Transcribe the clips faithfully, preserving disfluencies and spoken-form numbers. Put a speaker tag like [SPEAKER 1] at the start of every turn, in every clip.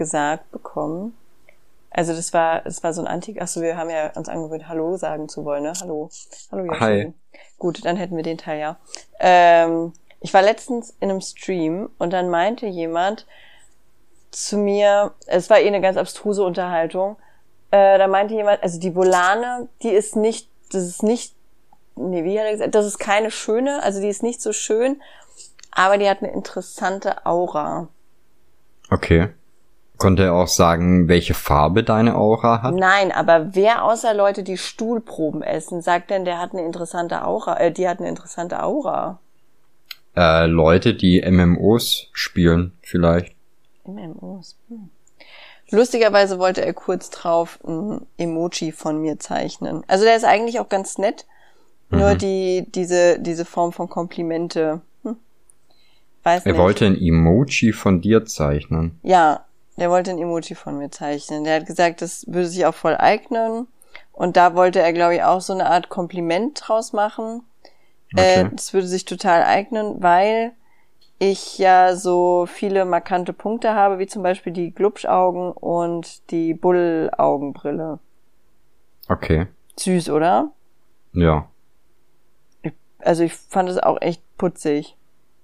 [SPEAKER 1] gesagt bekommen. Also das war, es war so ein Antik, achso, wir haben ja uns angewöhnt, Hallo sagen zu wollen, ne? Hallo. Hallo, Joshi.
[SPEAKER 2] Hi.
[SPEAKER 1] Gut, dann hätten wir den Teil, ja. Ähm, ich war letztens in einem Stream und dann meinte jemand zu mir, es war eh eine ganz abstruse Unterhaltung, äh, da meinte jemand, also die Volane, die ist nicht, das ist nicht, nee, wie hat er gesagt, das ist keine schöne, also die ist nicht so schön, aber die hat eine interessante Aura.
[SPEAKER 2] Okay. Konnte er auch sagen, welche Farbe deine Aura hat?
[SPEAKER 1] Nein, aber wer außer Leute, die Stuhlproben essen, sagt denn, der hat eine interessante Aura, äh, die hat eine interessante Aura?
[SPEAKER 2] Äh, Leute, die M M Os spielen, vielleicht.
[SPEAKER 1] M M Os. Hm. Lustigerweise wollte er kurz drauf ein Emoji von mir zeichnen. Also der ist eigentlich auch ganz nett, mhm. nur die diese diese Form von Komplimente. Hm. Weiß
[SPEAKER 2] er
[SPEAKER 1] nicht.
[SPEAKER 2] wollte ein Emoji von dir zeichnen.
[SPEAKER 1] Ja. Der wollte ein Emoji von mir zeichnen. Der hat gesagt, das würde sich auch voll eignen. Und da wollte er, glaube ich, auch so eine Art Kompliment draus machen.
[SPEAKER 2] Okay.
[SPEAKER 1] Äh, das würde sich total eignen, weil ich ja so viele markante Punkte habe, wie zum Beispiel die Glubschaugen und die Bullaugenbrille.
[SPEAKER 2] Okay.
[SPEAKER 1] Süß, oder?
[SPEAKER 2] Ja.
[SPEAKER 1] Ich, also ich fand es auch echt putzig.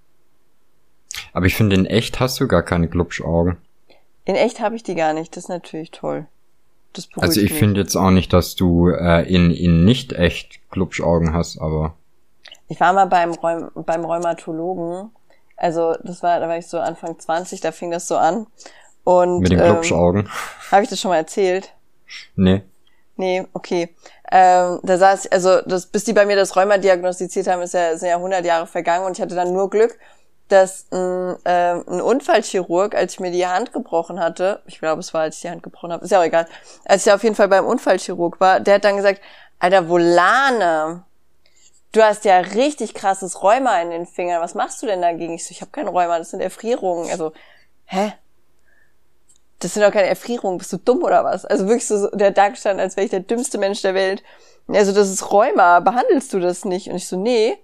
[SPEAKER 2] Aber ich finde, in echt hast du gar keine Glubschaugen.
[SPEAKER 1] In echt habe ich die gar nicht, das ist natürlich toll. Das beruhigt
[SPEAKER 2] also ich
[SPEAKER 1] mich.
[SPEAKER 2] finde jetzt auch nicht, dass du äh, in in nicht echt Glubschaugen hast, aber...
[SPEAKER 1] Ich war mal beim Rheum, beim Rheumatologen, also das war, da war ich so Anfang zwanzig, da fing das so an. Und,
[SPEAKER 2] mit den
[SPEAKER 1] ähm,
[SPEAKER 2] Glubschaugen.
[SPEAKER 1] Habe ich das schon mal erzählt?
[SPEAKER 2] Nee.
[SPEAKER 1] Nee, okay. Ähm, da saß ich, also das, bis die bei mir das Rheuma diagnostiziert haben, ist ja, sind ja hundert Jahre vergangen und ich hatte dann nur Glück, dass ein, äh, ein Unfallchirurg, als ich mir die Hand gebrochen hatte, ich glaube, es war, als ich die Hand gebrochen habe, ist ja auch egal, als ich auf jeden Fall beim Unfallchirurg war, der hat dann gesagt, Alter, Volane, du hast ja richtig krasses Rheuma in den Fingern, was machst du denn dagegen? Ich so, ich habe kein Rheuma, das sind Erfrierungen. Also, hä? Das sind doch keine Erfrierungen, bist du dumm oder was? Also wirklich so, der hat da gestanden, als wäre ich der dümmste Mensch der Welt. Also das ist Rheuma, behandelst du das nicht? Und ich so, nee,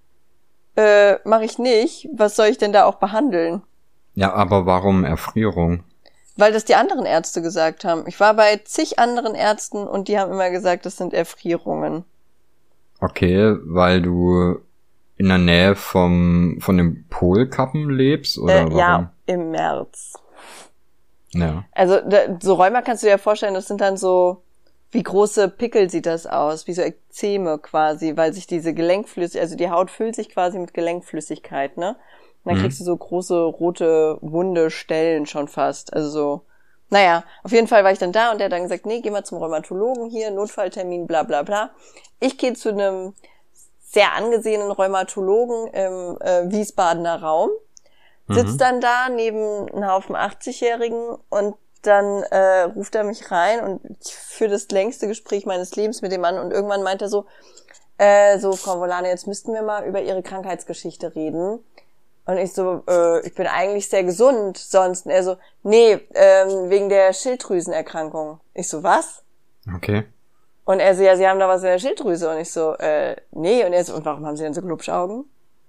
[SPEAKER 1] Äh, mache ich nicht. Was soll ich denn da auch behandeln?
[SPEAKER 2] Ja, aber warum Erfrierung?
[SPEAKER 1] Weil das die anderen Ärzte gesagt haben. Ich war bei zig anderen Ärzten und die haben immer gesagt, das sind Erfrierungen.
[SPEAKER 2] Okay, weil du in der Nähe vom von den Polkappen lebst oder
[SPEAKER 1] Äh,
[SPEAKER 2] warum?
[SPEAKER 1] ja, im März.
[SPEAKER 2] Ja.
[SPEAKER 1] Also da, so Rheuma kannst du dir ja vorstellen, das sind dann so, wie große Pickel sieht das aus, wie so Ekzeme quasi, weil sich diese Gelenkflüssigkeit, also die Haut füllt sich quasi mit Gelenkflüssigkeit, ne? Und dann
[SPEAKER 2] Mhm.
[SPEAKER 1] kriegst du so große rote wunde Stellen schon fast, also so. Naja, auf jeden Fall war ich dann da und der hat dann gesagt, nee, geh mal zum Rheumatologen hier, Notfalltermin, bla bla bla. Ich gehe zu einem sehr angesehenen Rheumatologen im äh, Wiesbadener Raum, sitzt
[SPEAKER 2] Mhm.
[SPEAKER 1] dann da neben einem Haufen achtzigjährigen und dann äh, ruft er mich rein und ich führe das längste Gespräch meines Lebens mit dem Mann und irgendwann meint er so, äh, so, Frau Volane, jetzt müssten wir mal über Ihre Krankheitsgeschichte reden. Und ich so, äh, ich bin eigentlich sehr gesund sonst. Und er so, nee, ähm, wegen der Schilddrüsenerkrankung. Ich so, was?
[SPEAKER 2] Okay.
[SPEAKER 1] Und er so, ja, Sie haben da was in der Schilddrüse. Und ich so, äh, nee. Und er so, und warum haben Sie denn so Glubschaugen?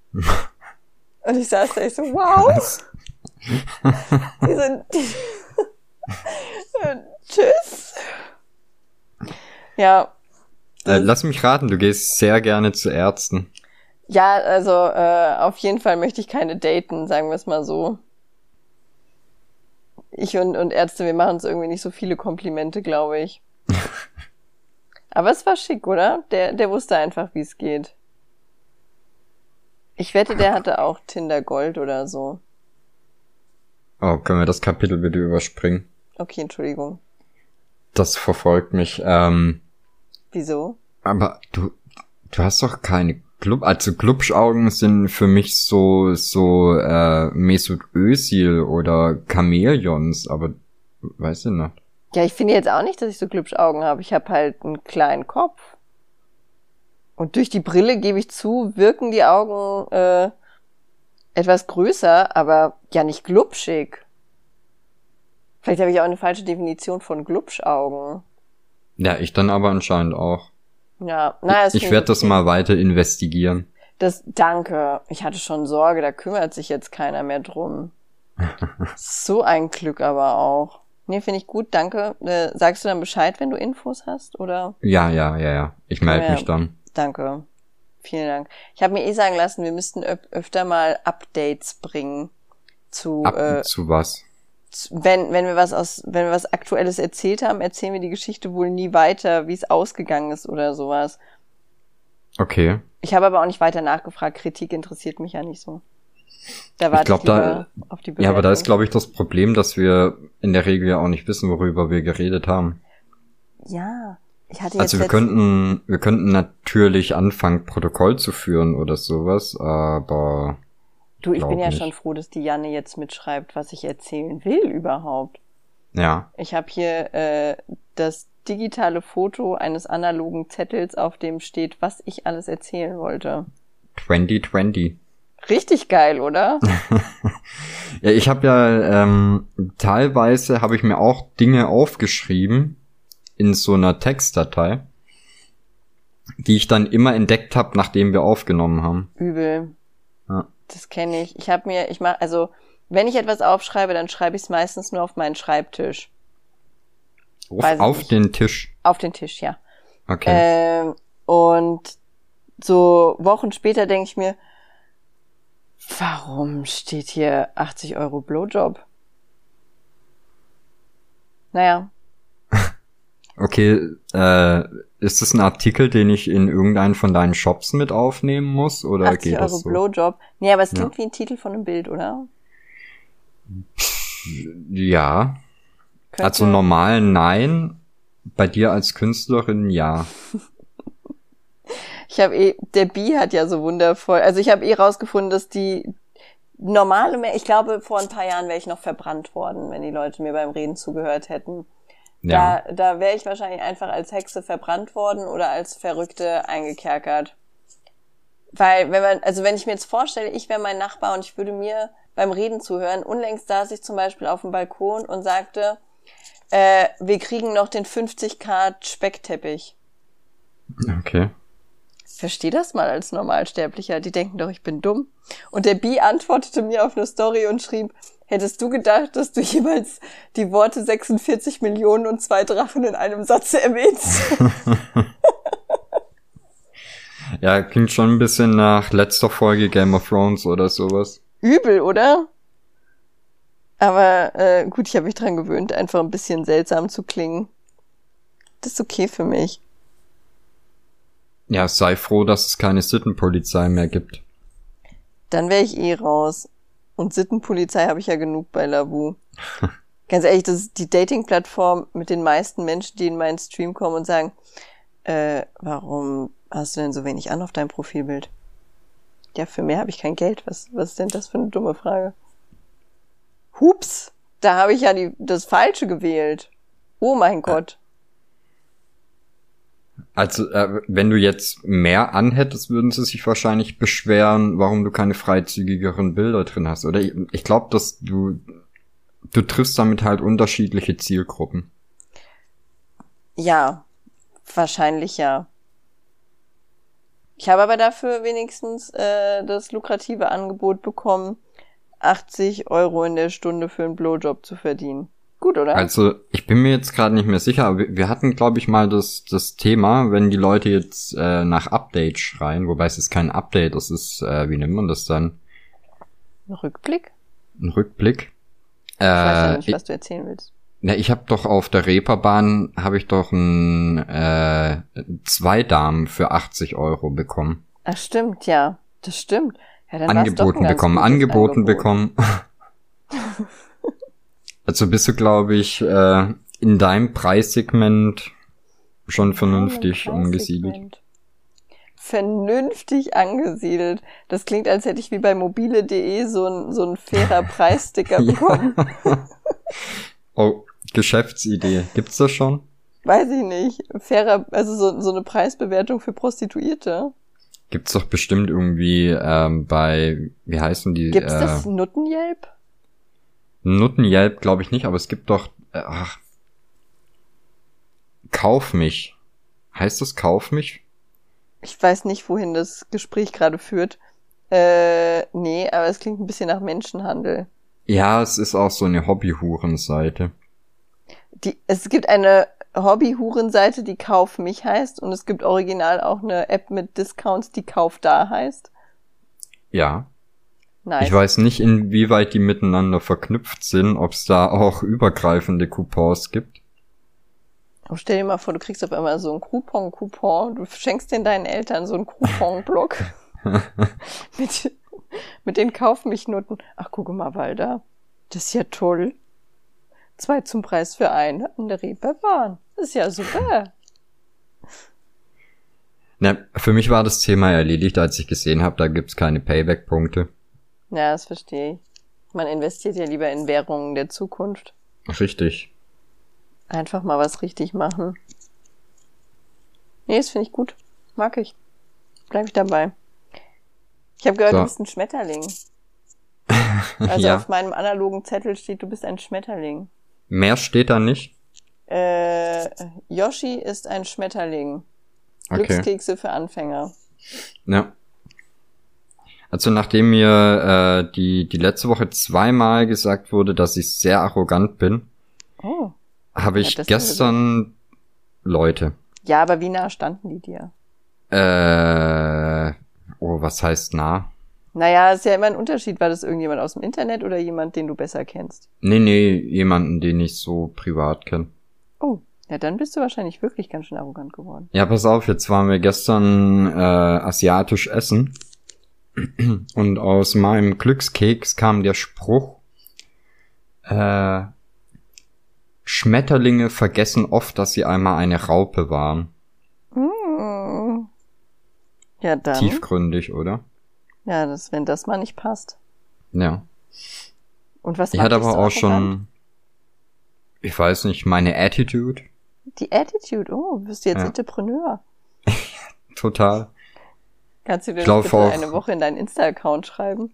[SPEAKER 1] Und ich saß da, ich so, wow.
[SPEAKER 2] Was?
[SPEAKER 1] Die sind, die tschüss. Ja.
[SPEAKER 2] Äh, lass mich raten, du gehst sehr gerne zu Ärzten.
[SPEAKER 1] Ja, also äh, auf jeden Fall möchte ich keine daten, sagen wir es mal so. Ich und, und Ärzte, wir machen uns irgendwie nicht so viele Komplimente, glaube ich. Aber es war schick, oder? Der, der wusste einfach, wie es geht. Ich wette, der hatte auch Tinder Gold oder so.
[SPEAKER 2] Oh, können wir das Kapitel bitte überspringen?
[SPEAKER 1] Okay, Entschuldigung.
[SPEAKER 2] Das verfolgt mich. Ähm,
[SPEAKER 1] Wieso?
[SPEAKER 2] aber du, du hast doch keine Glub, also Glubschaugen sind für mich so so äh, Mesut Özil oder Chamäleons, aber weiß ich nicht.
[SPEAKER 1] Ja, ich finde jetzt auch nicht, dass ich so Glubschaugen habe. Ich habe halt einen kleinen Kopf. Und durch die Brille, gebe ich zu, wirken die Augen äh, etwas größer, aber ja nicht glubschig. Vielleicht habe ich auch eine falsche Definition von Glubschaugen.
[SPEAKER 2] Ja, ich dann aber anscheinend auch.
[SPEAKER 1] Ja, naja,
[SPEAKER 2] Ich werde das mal weiter investigieren.
[SPEAKER 1] Das, danke. Ich hatte schon Sorge, da kümmert sich jetzt keiner mehr drum. So ein Glück aber auch. Nee, finde ich gut, danke. Äh, sagst du dann Bescheid, wenn du Infos hast, oder?
[SPEAKER 2] Ja, ja, ja, ja. Ich melde
[SPEAKER 1] Ja,
[SPEAKER 2] mich dann.
[SPEAKER 1] Danke. Vielen Dank. Ich habe mir eh sagen lassen, wir müssten öf- öfter mal Updates bringen zu,
[SPEAKER 2] Ab
[SPEAKER 1] äh,
[SPEAKER 2] zu was?
[SPEAKER 1] zu wenn wenn wir was aus, wenn wir was Aktuelles erzählt haben, erzählen wir die Geschichte wohl nie weiter, wie es ausgegangen ist oder sowas.
[SPEAKER 2] Okay.
[SPEAKER 1] Ich habe aber auch nicht weiter nachgefragt. Kritik interessiert mich ja nicht so. Da
[SPEAKER 2] Ich
[SPEAKER 1] warte
[SPEAKER 2] glaube,
[SPEAKER 1] ich lieber
[SPEAKER 2] da,
[SPEAKER 1] auf die Bewertung.
[SPEAKER 2] ja, aber da ist, glaube ich, das Problem, dass wir in der Regel ja auch nicht wissen, worüber wir geredet haben.
[SPEAKER 1] Ja, ich hatte jetzt
[SPEAKER 2] Also wir
[SPEAKER 1] letzt-
[SPEAKER 2] könnten, wir könnten natürlich anfangen, Protokoll zu führen oder sowas, aber
[SPEAKER 1] Du, ich
[SPEAKER 2] glaub
[SPEAKER 1] bin ja
[SPEAKER 2] nicht.
[SPEAKER 1] schon froh, dass die Janne jetzt mitschreibt, was ich erzählen will überhaupt.
[SPEAKER 2] Ja.
[SPEAKER 1] Ich habe hier äh, das digitale Foto eines analogen Zettels, auf dem steht, was ich alles erzählen wollte.
[SPEAKER 2] zwanzig zwanzig.
[SPEAKER 1] Richtig geil, oder?
[SPEAKER 2] Ja, ich habe ja ähm, teilweise habe ich mir auch Dinge aufgeschrieben in so einer Textdatei, die ich dann immer entdeckt habe, nachdem wir aufgenommen haben.
[SPEAKER 1] Übel.
[SPEAKER 2] Ja.
[SPEAKER 1] Das kenne ich. Ich habe mir, ich mache, also wenn ich etwas aufschreibe, dann schreibe ich es meistens nur auf meinen Schreibtisch.
[SPEAKER 2] Auf,
[SPEAKER 1] Weiß ich
[SPEAKER 2] auf
[SPEAKER 1] nicht.
[SPEAKER 2] den Tisch.
[SPEAKER 1] Auf den Tisch, ja.
[SPEAKER 2] Okay.
[SPEAKER 1] Ähm, und so Wochen später denke ich mir, warum steht hier achtzig Euro Blowjob? Naja,
[SPEAKER 2] Okay, äh, ist das ein Artikel, den ich in irgendeinen von deinen Shops mit aufnehmen muss, oder
[SPEAKER 1] achtzig
[SPEAKER 2] geht
[SPEAKER 1] Euro
[SPEAKER 2] das so?
[SPEAKER 1] Blowjob. Nee, aber es
[SPEAKER 2] Ja.
[SPEAKER 1] klingt wie ein Titel von einem Bild, oder?
[SPEAKER 2] Ja.
[SPEAKER 1] Könnte-
[SPEAKER 2] Also normal nein, bei dir als Künstlerin ja.
[SPEAKER 1] Ich habe eh, der Bi hat ja so wundervoll, also ich habe eh rausgefunden, dass die normale, Me- ich glaube, vor ein paar Jahren wäre ich noch verbrannt worden, wenn die Leute mir beim Reden zugehört hätten.
[SPEAKER 2] Ja.
[SPEAKER 1] Da, da wäre ich wahrscheinlich einfach als Hexe verbrannt worden oder als Verrückte eingekerkert. Weil, wenn man, also wenn ich mir jetzt vorstelle, ich wäre mein Nachbar und ich würde mir beim Reden zuhören, unlängst saß ich zum Beispiel auf dem Balkon und sagte, äh, wir kriegen noch den fünfzig Grad Speckteppich.
[SPEAKER 2] Okay.
[SPEAKER 1] Versteh das mal als Normalsterblicher, die denken doch, ich bin dumm. Und der Bi antwortete mir auf eine Story und schrieb, hättest du gedacht, dass du jemals die Worte sechsundvierzig Millionen und zwei Drachen in einem Satz erwähnst?
[SPEAKER 2] Ja, klingt schon ein bisschen nach letzter Folge Game of Thrones oder sowas.
[SPEAKER 1] Übel, oder? Aber äh, gut, ich habe mich dran gewöhnt, einfach ein bisschen seltsam zu klingen. Das ist okay für mich.
[SPEAKER 2] Ja, sei froh, dass es keine Sittenpolizei mehr gibt.
[SPEAKER 1] Dann wäre ich eh raus. Und Sittenpolizei habe ich ja genug bei Lavu. Ganz ehrlich, das ist die Dating-Plattform mit den meisten Menschen, die in meinen Stream kommen und sagen, äh, warum hast du denn so wenig an auf deinem Profilbild? Ja, für mehr habe ich kein Geld. Was, was ist denn das für eine dumme Frage? Hups, da habe ich ja die, das Falsche gewählt. Oh mein Gott.
[SPEAKER 2] Also, äh, wenn du jetzt mehr anhättest, würden sie sich wahrscheinlich beschweren, warum du keine freizügigeren Bilder drin hast. Oder ich, ich glaube, dass du, du triffst damit halt unterschiedliche Zielgruppen.
[SPEAKER 1] Ja, wahrscheinlich ja. Ich habe aber dafür wenigstens äh, das lukrative Angebot bekommen, achtzig Euro in der Stunde für einen Blowjob zu verdienen. Gut, oder?
[SPEAKER 2] Also, ich bin mir jetzt gerade nicht mehr sicher, aber wir, wir hatten, glaube ich, mal das das Thema, wenn die Leute jetzt äh, nach Update schreien, wobei es ist kein Update, das ist, äh, wie nennt man das dann?
[SPEAKER 1] Ein Rückblick?
[SPEAKER 2] Ein Rückblick.
[SPEAKER 1] Ich weiß ja
[SPEAKER 2] Äh,
[SPEAKER 1] nicht, was du erzählen willst.
[SPEAKER 2] Na, ich habe doch auf der Reeperbahn habe ich doch ein äh, zwei Damen für achtzig Euro bekommen.
[SPEAKER 1] Ach, stimmt, ja. Das stimmt. Ja, dann war's doch ein
[SPEAKER 2] Angeboten
[SPEAKER 1] ganz
[SPEAKER 2] bekommen,
[SPEAKER 1] gutes
[SPEAKER 2] angeboten
[SPEAKER 1] Angebot.
[SPEAKER 2] bekommen. Also bist du, glaube ich, äh, in deinem Preissegment schon vernünftig
[SPEAKER 1] Meinem
[SPEAKER 2] angesiedelt.
[SPEAKER 1] Preissegment. Vernünftig angesiedelt. Das klingt, als hätte ich wie bei mobile punkt de so ein, so ein fairer Preissticker bekommen.
[SPEAKER 2] Oh, Geschäftsidee. Gibt's das schon?
[SPEAKER 1] Weiß ich nicht. Fairer, also so, so eine Preisbewertung für Prostituierte.
[SPEAKER 2] Gibt's doch bestimmt irgendwie ähm, bei, wie heißen die?
[SPEAKER 1] Gibt's
[SPEAKER 2] äh,
[SPEAKER 1] das Nuttenjelp?
[SPEAKER 2] Nuttenjelp glaube ich nicht, aber es gibt doch, äh, ach, Kauf mich. Heißt das Kauf mich?
[SPEAKER 1] Ich weiß nicht, wohin das Gespräch gerade führt. Äh, nee, aber es klingt ein bisschen nach Menschenhandel.
[SPEAKER 2] Ja, es ist auch so eine Hobbyhurenseite.
[SPEAKER 1] Die, es gibt eine Hobby-Hurenseite, die Kauf mich heißt, und es gibt original auch eine App mit Discounts, die Kauf da heißt.
[SPEAKER 2] Ja.
[SPEAKER 1] Nice.
[SPEAKER 2] Ich weiß nicht, inwieweit die miteinander verknüpft sind, ob es da auch übergreifende Coupons gibt.
[SPEAKER 1] Oh, stell dir mal vor, du kriegst auf einmal so einen Coupon-Coupon, du schenkst den deinen Eltern so einen Coupon-Block mit, mit den Kauf mich Noten. Ach, guck mal, Walter, das ist ja toll. Zwei zum Preis für einen an der Reeperbahn. Das ist ja super.
[SPEAKER 2] Na, für mich war das Thema erledigt, als ich gesehen habe, da gibt's keine Payback-Punkte.
[SPEAKER 1] Ja, das verstehe ich. Man investiert ja lieber in Währungen der Zukunft.
[SPEAKER 2] Richtig.
[SPEAKER 1] Einfach mal was richtig machen. Nee, das finde ich gut. Mag ich. Bleib ich dabei. Ich habe gehört,
[SPEAKER 2] so.
[SPEAKER 1] Du bist ein Schmetterling. Also
[SPEAKER 2] ja.
[SPEAKER 1] Auf meinem analogen Zettel steht, du bist ein Schmetterling.
[SPEAKER 2] Mehr steht da nicht?
[SPEAKER 1] Äh, Yoshi ist ein Schmetterling.
[SPEAKER 2] Okay.
[SPEAKER 1] Glückskekse für Anfänger.
[SPEAKER 2] Ja. Also nachdem mir äh, die die letzte Woche zweimal gesagt wurde, dass ich sehr arrogant bin,
[SPEAKER 1] oh.
[SPEAKER 2] habe ich ja, gestern Leute.
[SPEAKER 1] Ja, aber wie nah standen die dir?
[SPEAKER 2] Äh, oh, was heißt nah?
[SPEAKER 1] Naja, ist ja immer ein Unterschied. War das irgendjemand aus dem Internet oder jemand, den du besser kennst?
[SPEAKER 2] Nee, nee, jemanden, den ich so privat kenne.
[SPEAKER 1] Oh, ja, dann bist du wahrscheinlich wirklich ganz schön arrogant geworden.
[SPEAKER 2] Ja, pass auf, jetzt waren wir gestern äh, asiatisch essen und aus meinem Glückskeks kam der Spruch, äh, Schmetterlinge vergessen oft, dass sie einmal eine Raupe waren.
[SPEAKER 1] Mm. Ja, dann.
[SPEAKER 2] Tiefgründig, oder?
[SPEAKER 1] Ja, das, wenn das mal nicht passt.
[SPEAKER 2] Ja.
[SPEAKER 1] Und was
[SPEAKER 2] Ich
[SPEAKER 1] macht
[SPEAKER 2] hatte
[SPEAKER 1] dich
[SPEAKER 2] aber
[SPEAKER 1] so
[SPEAKER 2] auch
[SPEAKER 1] arrogant?
[SPEAKER 2] schon, ich weiß nicht, meine Attitude.
[SPEAKER 1] Die Attitude, oh, bist du jetzt
[SPEAKER 2] Ja.
[SPEAKER 1] Entrepreneur?
[SPEAKER 2] Total.
[SPEAKER 1] Kannst du dir
[SPEAKER 2] Ich
[SPEAKER 1] das bitte
[SPEAKER 2] auch-
[SPEAKER 1] eine Woche in deinen Insta-Account schreiben?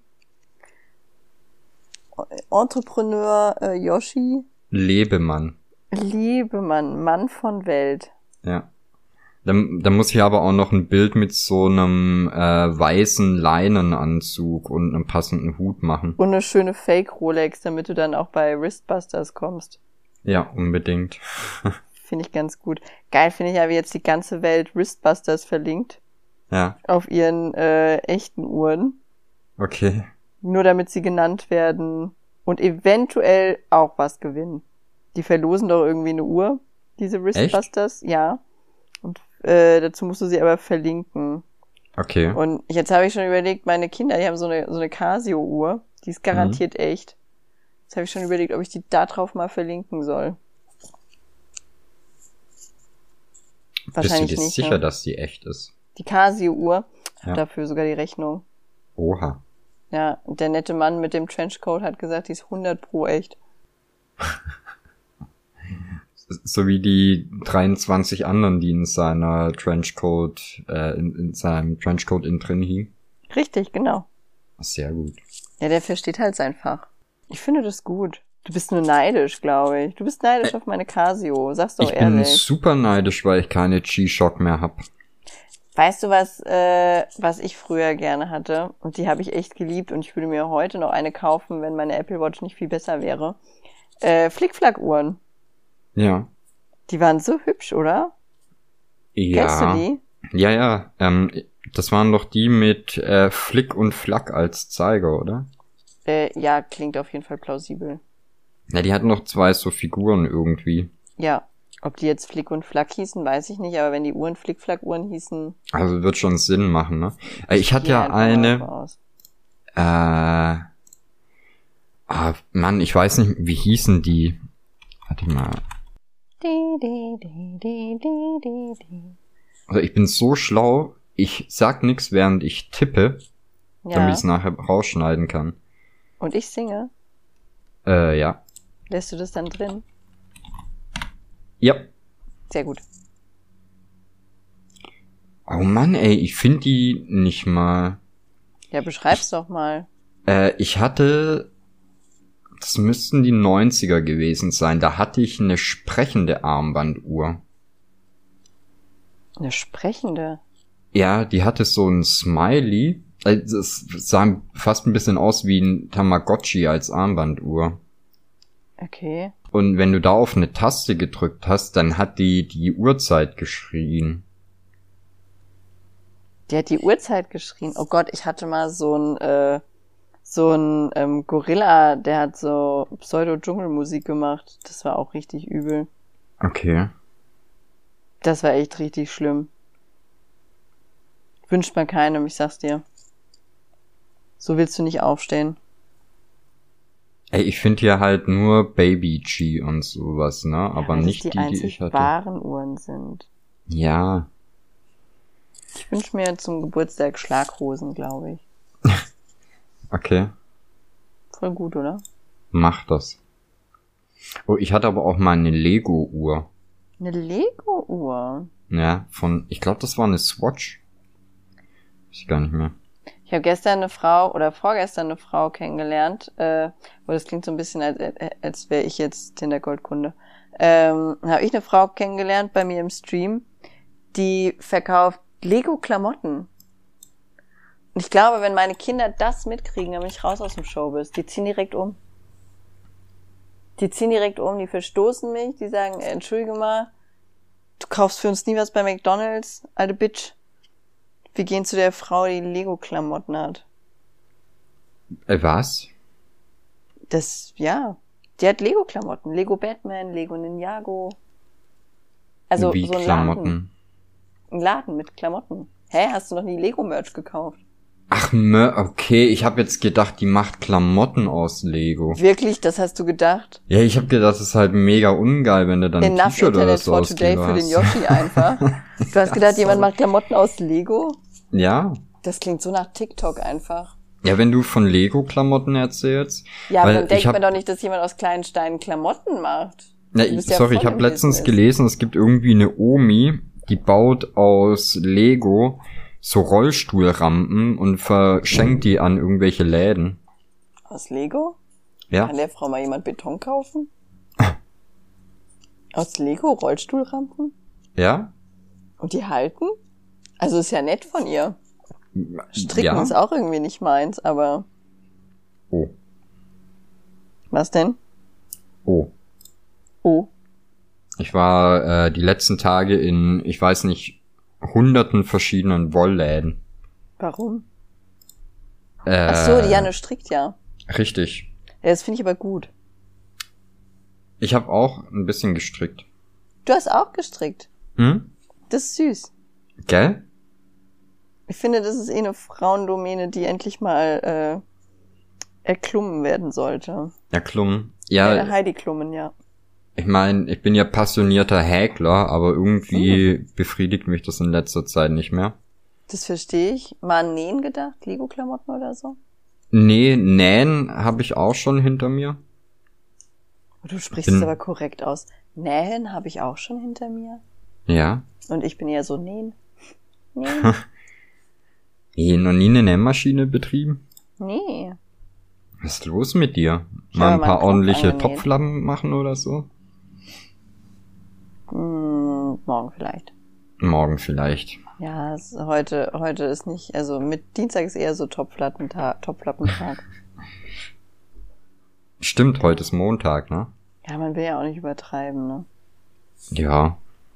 [SPEAKER 1] Entrepreneur äh, Yoshi,
[SPEAKER 2] Lebemann.
[SPEAKER 1] Lebemann, Mann von Welt.
[SPEAKER 2] Ja. Dann, dann muss ich aber auch noch ein Bild mit so einem äh, weißen Leinenanzug und einem passenden Hut machen.
[SPEAKER 1] Und eine schöne Fake-Rolex, damit du dann auch bei Wristbusters kommst.
[SPEAKER 2] Ja, unbedingt.
[SPEAKER 1] Finde ich ganz gut. Geil finde ich ja, wie jetzt die ganze Welt Wristbusters verlinkt
[SPEAKER 2] Ja,
[SPEAKER 1] auf ihren äh, echten Uhren.
[SPEAKER 2] okay.
[SPEAKER 1] Nur damit sie genannt werden und eventuell auch was gewinnen. Die verlosen doch irgendwie eine Uhr, diese Wristbusters. Ja. Und äh, dazu musst du sie aber verlinken.
[SPEAKER 2] Okay.
[SPEAKER 1] Und jetzt habe ich schon überlegt, meine Kinder, die haben so eine so eine Casio-Uhr, die ist garantiert mhm. echt. Jetzt habe ich schon überlegt, ob ich die da drauf mal verlinken soll.
[SPEAKER 2] Bist du dir
[SPEAKER 1] nicht,
[SPEAKER 2] sicher,
[SPEAKER 1] ne?
[SPEAKER 2] dass die echt ist?
[SPEAKER 1] Die Casio-Uhr, hab
[SPEAKER 2] Ja.
[SPEAKER 1] dafür sogar die Rechnung.
[SPEAKER 2] Oha.
[SPEAKER 1] Ja, und der nette Mann mit dem Trenchcoat hat gesagt, die ist hundert pro echt.
[SPEAKER 2] So wie die dreiundzwanzig anderen, die in seiner Trenchcoat, äh, in, in seinem Trenchcoat innen drin hingen.
[SPEAKER 1] Richtig, genau.
[SPEAKER 2] Sehr gut.
[SPEAKER 1] Ja, der versteht halt sein Fach. Ich finde das gut. Du bist nur neidisch, glaube ich. Du bist neidisch auf meine Casio, sag's doch
[SPEAKER 2] Ich bin
[SPEAKER 1] ehrlich.
[SPEAKER 2] super neidisch, weil ich keine G-Shock mehr hab.
[SPEAKER 1] Weißt du, was äh, was ich früher gerne hatte? Und die habe ich echt geliebt und ich würde mir heute noch eine kaufen, wenn meine Apple Watch nicht viel besser wäre. Äh, Flickflack-Uhren.
[SPEAKER 2] Ja.
[SPEAKER 1] Die waren so hübsch, oder?
[SPEAKER 2] Ja.
[SPEAKER 1] Kennst du die?
[SPEAKER 2] Ja, ja. Ähm, das waren doch die mit äh, Flick und Flack als Zeiger, oder?
[SPEAKER 1] Äh, ja, klingt auf jeden Fall plausibel.
[SPEAKER 2] Ja, die hatten noch zwei so Figuren irgendwie.
[SPEAKER 1] Ja. Ob die jetzt Flick und Flack hießen, weiß ich nicht, aber wenn die Uhren Flick-Flack-Uhren hießen...
[SPEAKER 2] Also wird schon Sinn machen, ne? Äh, ich hatte
[SPEAKER 1] geh
[SPEAKER 2] ja
[SPEAKER 1] einfach mal
[SPEAKER 2] eine...
[SPEAKER 1] davon aus.
[SPEAKER 2] Äh... Ah, Mann, ich weiß nicht, wie hießen die? Warte mal.
[SPEAKER 1] Di, di, di, di, di, di, di.
[SPEAKER 2] Also ich bin so schlau, ich sag nix, während ich tippe,
[SPEAKER 1] Ja.
[SPEAKER 2] damit ich es nachher rausschneiden kann.
[SPEAKER 1] Und ich singe.
[SPEAKER 2] Äh, ja.
[SPEAKER 1] Lässt du das dann drin?
[SPEAKER 2] Ja.
[SPEAKER 1] Sehr gut.
[SPEAKER 2] Oh Mann, ey, ich finde die nicht mal.
[SPEAKER 1] Ja, beschreib's doch mal.
[SPEAKER 2] Äh, ich hatte... Das müssten die neunziger gewesen sein. Da hatte ich eine sprechende Armbanduhr.
[SPEAKER 1] Eine sprechende.
[SPEAKER 2] Ja, die hatte so ein Smiley. Also es sah fast ein bisschen aus wie ein Tamagotchi als Armbanduhr.
[SPEAKER 1] Okay.
[SPEAKER 2] Und wenn du da auf eine Taste gedrückt hast, dann hat die die Uhrzeit geschrien.
[SPEAKER 1] Die hat die Uhrzeit geschrien. Oh Gott, ich hatte mal so ein äh, so ein ähm, Gorilla, der hat so Pseudo-Dschungelmusik gemacht. Das war auch richtig übel.
[SPEAKER 2] Okay.
[SPEAKER 1] Das war echt richtig schlimm. Wünscht man keinem, ich sag's dir. So willst du nicht aufstehen.
[SPEAKER 2] Ey, ich finde hier halt nur Baby G und sowas, ne? Aber
[SPEAKER 1] ja,
[SPEAKER 2] nicht
[SPEAKER 1] die,
[SPEAKER 2] die,
[SPEAKER 1] die,
[SPEAKER 2] die ich hatte.
[SPEAKER 1] wahren Uhren sind.
[SPEAKER 2] Ja.
[SPEAKER 1] Ich wünsche mir zum Geburtstag Schlaghosen, glaube ich.
[SPEAKER 2] Okay.
[SPEAKER 1] Voll gut, oder?
[SPEAKER 2] Mach das. Oh, ich hatte aber auch mal eine Lego-Uhr.
[SPEAKER 1] Eine Lego-Uhr?
[SPEAKER 2] Ja, von, ich glaube, das war eine Swatch. Weiß ich gar nicht mehr.
[SPEAKER 1] Ich habe gestern eine Frau oder vorgestern eine Frau kennengelernt, äh, wo das klingt so ein bisschen, als, als wäre ich jetzt Tinder-Goldkunde. Ähm, habe ich eine Frau kennengelernt bei mir im Stream, die verkauft Lego-Klamotten. Und ich glaube, wenn meine Kinder das mitkriegen, dann bin ich raus aus dem Showbiz. Die ziehen direkt um. Die ziehen direkt um, die verstoßen mich, die sagen, äh, entschuldige mal, du kaufst für uns nie was bei McDonald's, alte Bitch. Wir gehen zu der Frau, die Lego-Klamotten hat.
[SPEAKER 2] Äh, was?
[SPEAKER 1] Das, ja. Die hat Lego-Klamotten. Lego Batman, Lego Ninjago. Also
[SPEAKER 2] Wie
[SPEAKER 1] so ein
[SPEAKER 2] Klamotten?
[SPEAKER 1] Laden. Ein Laden mit Klamotten. Hä, hast du noch nie Lego-Merch gekauft?
[SPEAKER 2] Ach, mö, okay, ich habe jetzt gedacht, die macht Klamotten aus Lego.
[SPEAKER 1] Wirklich? Das hast du gedacht?
[SPEAKER 2] Ja, ich habe gedacht, das ist halt mega ungeil, wenn du dann ein
[SPEAKER 1] Enough
[SPEAKER 2] T-Shirt oder
[SPEAKER 1] Internet
[SPEAKER 2] so
[SPEAKER 1] for
[SPEAKER 2] aus
[SPEAKER 1] today
[SPEAKER 2] Lego
[SPEAKER 1] für den
[SPEAKER 2] hast.
[SPEAKER 1] Yoshi einfach. Du hast gedacht, jemand macht Klamotten aus Lego?
[SPEAKER 2] Ja.
[SPEAKER 1] Das klingt so nach TikTok einfach.
[SPEAKER 2] Ja, wenn du von Lego-Klamotten erzählst.
[SPEAKER 1] Ja, aber
[SPEAKER 2] weil
[SPEAKER 1] dann denkt
[SPEAKER 2] ich hab,
[SPEAKER 1] man doch nicht, dass jemand aus kleinen Steinen Klamotten macht.
[SPEAKER 2] Ja,
[SPEAKER 1] Du
[SPEAKER 2] ich,
[SPEAKER 1] bist ja
[SPEAKER 2] sorry,
[SPEAKER 1] voll
[SPEAKER 2] ich habe
[SPEAKER 1] im
[SPEAKER 2] letztens
[SPEAKER 1] Business.
[SPEAKER 2] gelesen, es gibt irgendwie eine Omi, die baut aus Lego so Rollstuhlrampen und verschenkt die an irgendwelche Läden.
[SPEAKER 1] Aus Lego?
[SPEAKER 2] Ja.
[SPEAKER 1] Kann der Frau mal jemand Beton kaufen? Aus Lego Rollstuhlrampen?
[SPEAKER 2] Ja?
[SPEAKER 1] Und die halten? Also ist ja nett von ihr. Stricken
[SPEAKER 2] ja.
[SPEAKER 1] ist auch irgendwie nicht meins, aber...
[SPEAKER 2] Oh.
[SPEAKER 1] Was denn?
[SPEAKER 2] Oh.
[SPEAKER 1] Oh.
[SPEAKER 2] Ich war äh, die letzten Tage in, ich weiß nicht, hunderten verschiedenen Wollläden.
[SPEAKER 1] Warum?
[SPEAKER 2] Äh,
[SPEAKER 1] Ach so, die Janne strickt ja.
[SPEAKER 2] Richtig.
[SPEAKER 1] Ja, das finde ich aber gut.
[SPEAKER 2] Ich habe auch ein bisschen gestrickt.
[SPEAKER 1] Du hast auch gestrickt.
[SPEAKER 2] Hm?
[SPEAKER 1] Das ist süß.
[SPEAKER 2] Gell?
[SPEAKER 1] Ich finde, das ist eh eine Frauendomäne, die endlich mal äh, erklommen werden sollte.
[SPEAKER 2] Ja, Klum. Ja,
[SPEAKER 1] Ja, Heidi Klummen, ja.
[SPEAKER 2] ich meine, ich bin ja passionierter Häkler, aber irgendwie hm. befriedigt mich das in letzter Zeit nicht mehr.
[SPEAKER 1] Das verstehe ich. Mal an Nähen gedacht? Lego-Klamotten oder so?
[SPEAKER 2] Nee, Nähen habe ich auch schon hinter mir.
[SPEAKER 1] Du sprichst
[SPEAKER 2] bin,
[SPEAKER 1] es aber korrekt aus. Nähen habe ich auch schon hinter mir.
[SPEAKER 2] Ja.
[SPEAKER 1] Und ich bin eher so nähen. Nähen.
[SPEAKER 2] Nee, noch nie eine Nähmaschine betrieben?
[SPEAKER 1] Nee.
[SPEAKER 2] Was ist los mit dir?
[SPEAKER 1] Ich
[SPEAKER 2] Mal
[SPEAKER 1] habe
[SPEAKER 2] ein
[SPEAKER 1] mal
[SPEAKER 2] paar
[SPEAKER 1] einen Kopf
[SPEAKER 2] ordentliche
[SPEAKER 1] angenäht.
[SPEAKER 2] Topflappen machen oder so?
[SPEAKER 1] Hm, morgen vielleicht.
[SPEAKER 2] Morgen vielleicht.
[SPEAKER 1] Ja, es, heute, heute ist nicht, also mit Dienstag ist eher so Topflappentag, Topflappentag.
[SPEAKER 2] Stimmt, heute ist Montag, ne?
[SPEAKER 1] Ja, man will ja auch nicht übertreiben, ne?
[SPEAKER 2] Ja.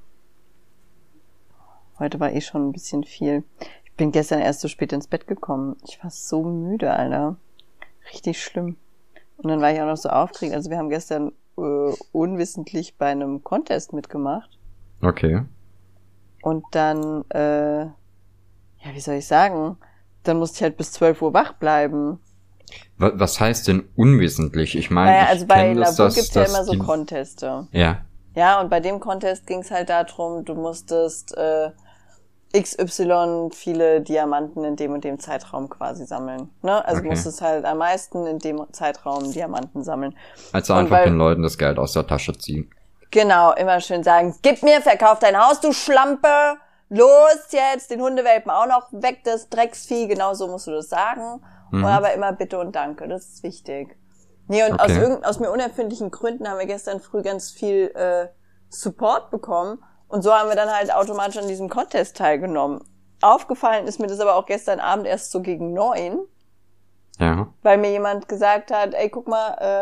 [SPEAKER 1] Heute war eh schon ein bisschen viel. Ich bin gestern erst so spät ins Bett gekommen. Ich war so müde, Alter. Richtig schlimm. Und dann war ich auch noch so aufgeregt. Also wir haben gestern äh, unwissentlich bei einem Contest mitgemacht.
[SPEAKER 2] Okay.
[SPEAKER 1] Und dann, äh, ja, wie soll ich sagen? Dann musste ich halt bis zwölf Uhr wach bleiben.
[SPEAKER 2] Was, was heißt denn unwissentlich? Ich meine,
[SPEAKER 1] Naja,
[SPEAKER 2] ich
[SPEAKER 1] also bei
[SPEAKER 2] kenn das,
[SPEAKER 1] Labu
[SPEAKER 2] dass,
[SPEAKER 1] gibt's ja
[SPEAKER 2] dass
[SPEAKER 1] immer so
[SPEAKER 2] die,
[SPEAKER 1] Conteste.
[SPEAKER 2] Ja.
[SPEAKER 1] Ja, und bei dem Contest ging's halt darum, du musstest äh, X Y viele Diamanten in dem und dem Zeitraum quasi sammeln. Ne? Also
[SPEAKER 2] Okay.
[SPEAKER 1] du musstest halt am meisten in dem Zeitraum Diamanten sammeln.
[SPEAKER 2] Also
[SPEAKER 1] Und
[SPEAKER 2] einfach
[SPEAKER 1] weil-
[SPEAKER 2] den Leuten das Geld aus der Tasche ziehen.
[SPEAKER 1] Genau, immer schön sagen, gib mir, verkauf dein Haus, du Schlampe, los jetzt, den Hundewelpen auch noch weg, das Drecksvieh, genau so musst du das sagen.
[SPEAKER 2] Mhm.
[SPEAKER 1] Und aber immer bitte und danke, das ist wichtig. Nee, und
[SPEAKER 2] Okay.
[SPEAKER 1] aus irgend, aus mir unerfindlichen Gründen haben wir gestern früh ganz viel äh, Support bekommen und so haben wir dann halt automatisch an diesem Contest teilgenommen. Aufgefallen ist mir das aber auch gestern Abend erst so gegen neun,
[SPEAKER 2] Ja.
[SPEAKER 1] weil mir jemand gesagt hat, ey, guck mal, äh,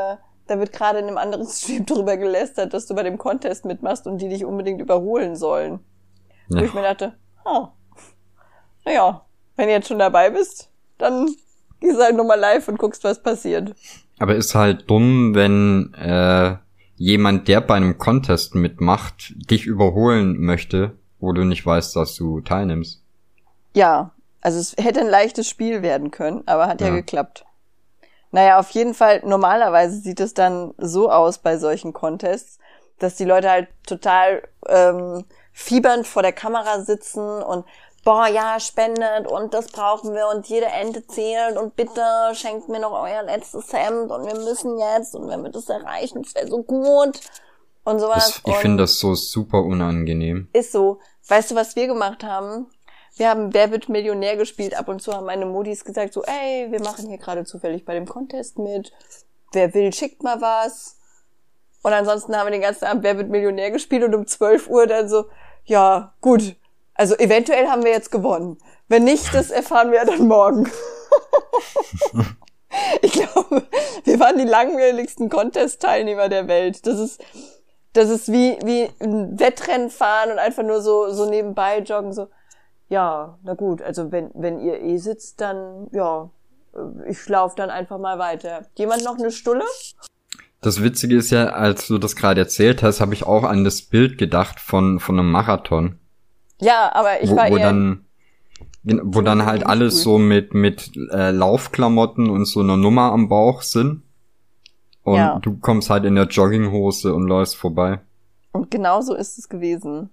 [SPEAKER 1] da wird gerade in einem anderen Stream drüber gelästert, dass du bei dem Contest mitmachst und die dich unbedingt überholen sollen. Ja. Wo ich mir dachte, oh, naja, wenn du jetzt schon dabei bist, dann gehst du halt nochmal live und guckst, was passiert.
[SPEAKER 2] Aber ist halt dumm, wenn äh, jemand, der bei einem Contest mitmacht, dich überholen möchte, wo du nicht weißt, dass du teilnimmst.
[SPEAKER 1] Ja, also es hätte ein leichtes Spiel werden können, aber hat ja, ja geklappt. Naja, auf jeden Fall, normalerweise sieht es dann so aus bei solchen Contests, dass die Leute halt total ähm, fiebernd vor der Kamera sitzen und boah, ja, spendet und das brauchen wir und jede Ente zählt und bitte schenkt mir noch euer letztes Hemd und wir müssen jetzt und wenn wir das erreichen, das wäre so gut und sowas.
[SPEAKER 2] Das, ich finde das so super unangenehm.
[SPEAKER 1] Ist so. Weißt du, was wir gemacht haben? Wir haben Wer wird Millionär gespielt. Ab und zu haben meine Modis gesagt so, ey, wir machen hier gerade zufällig bei dem Contest mit. Wer will, schickt mal was. Und ansonsten haben wir den ganzen Abend Wer wird Millionär gespielt und um zwölf Uhr dann so, ja, gut. Also eventuell haben wir jetzt gewonnen. Wenn nicht, das erfahren wir dann morgen. Ich glaube, wir waren die langweiligsten Contest-Teilnehmer der Welt. Das ist, das ist wie, wie ein Wettrennen fahren und einfach nur so, so nebenbei joggen, so. Ja, na gut, also wenn, wenn ihr eh sitzt, dann, ja, ich laufe dann einfach mal weiter. Jemand noch eine Stulle?
[SPEAKER 2] Das Witzige ist ja, als du das gerade erzählt hast, habe ich auch an das Bild gedacht von, von einem Marathon.
[SPEAKER 1] Ja, aber ich
[SPEAKER 2] wo,
[SPEAKER 1] war
[SPEAKER 2] wo
[SPEAKER 1] eher...
[SPEAKER 2] dann, wo dann halt alles so mit, mit äh, Laufklamotten und so einer Nummer am Bauch sind. Und ja. Du kommst halt in der Jogginghose und läufst vorbei.
[SPEAKER 1] Und genau so ist es gewesen.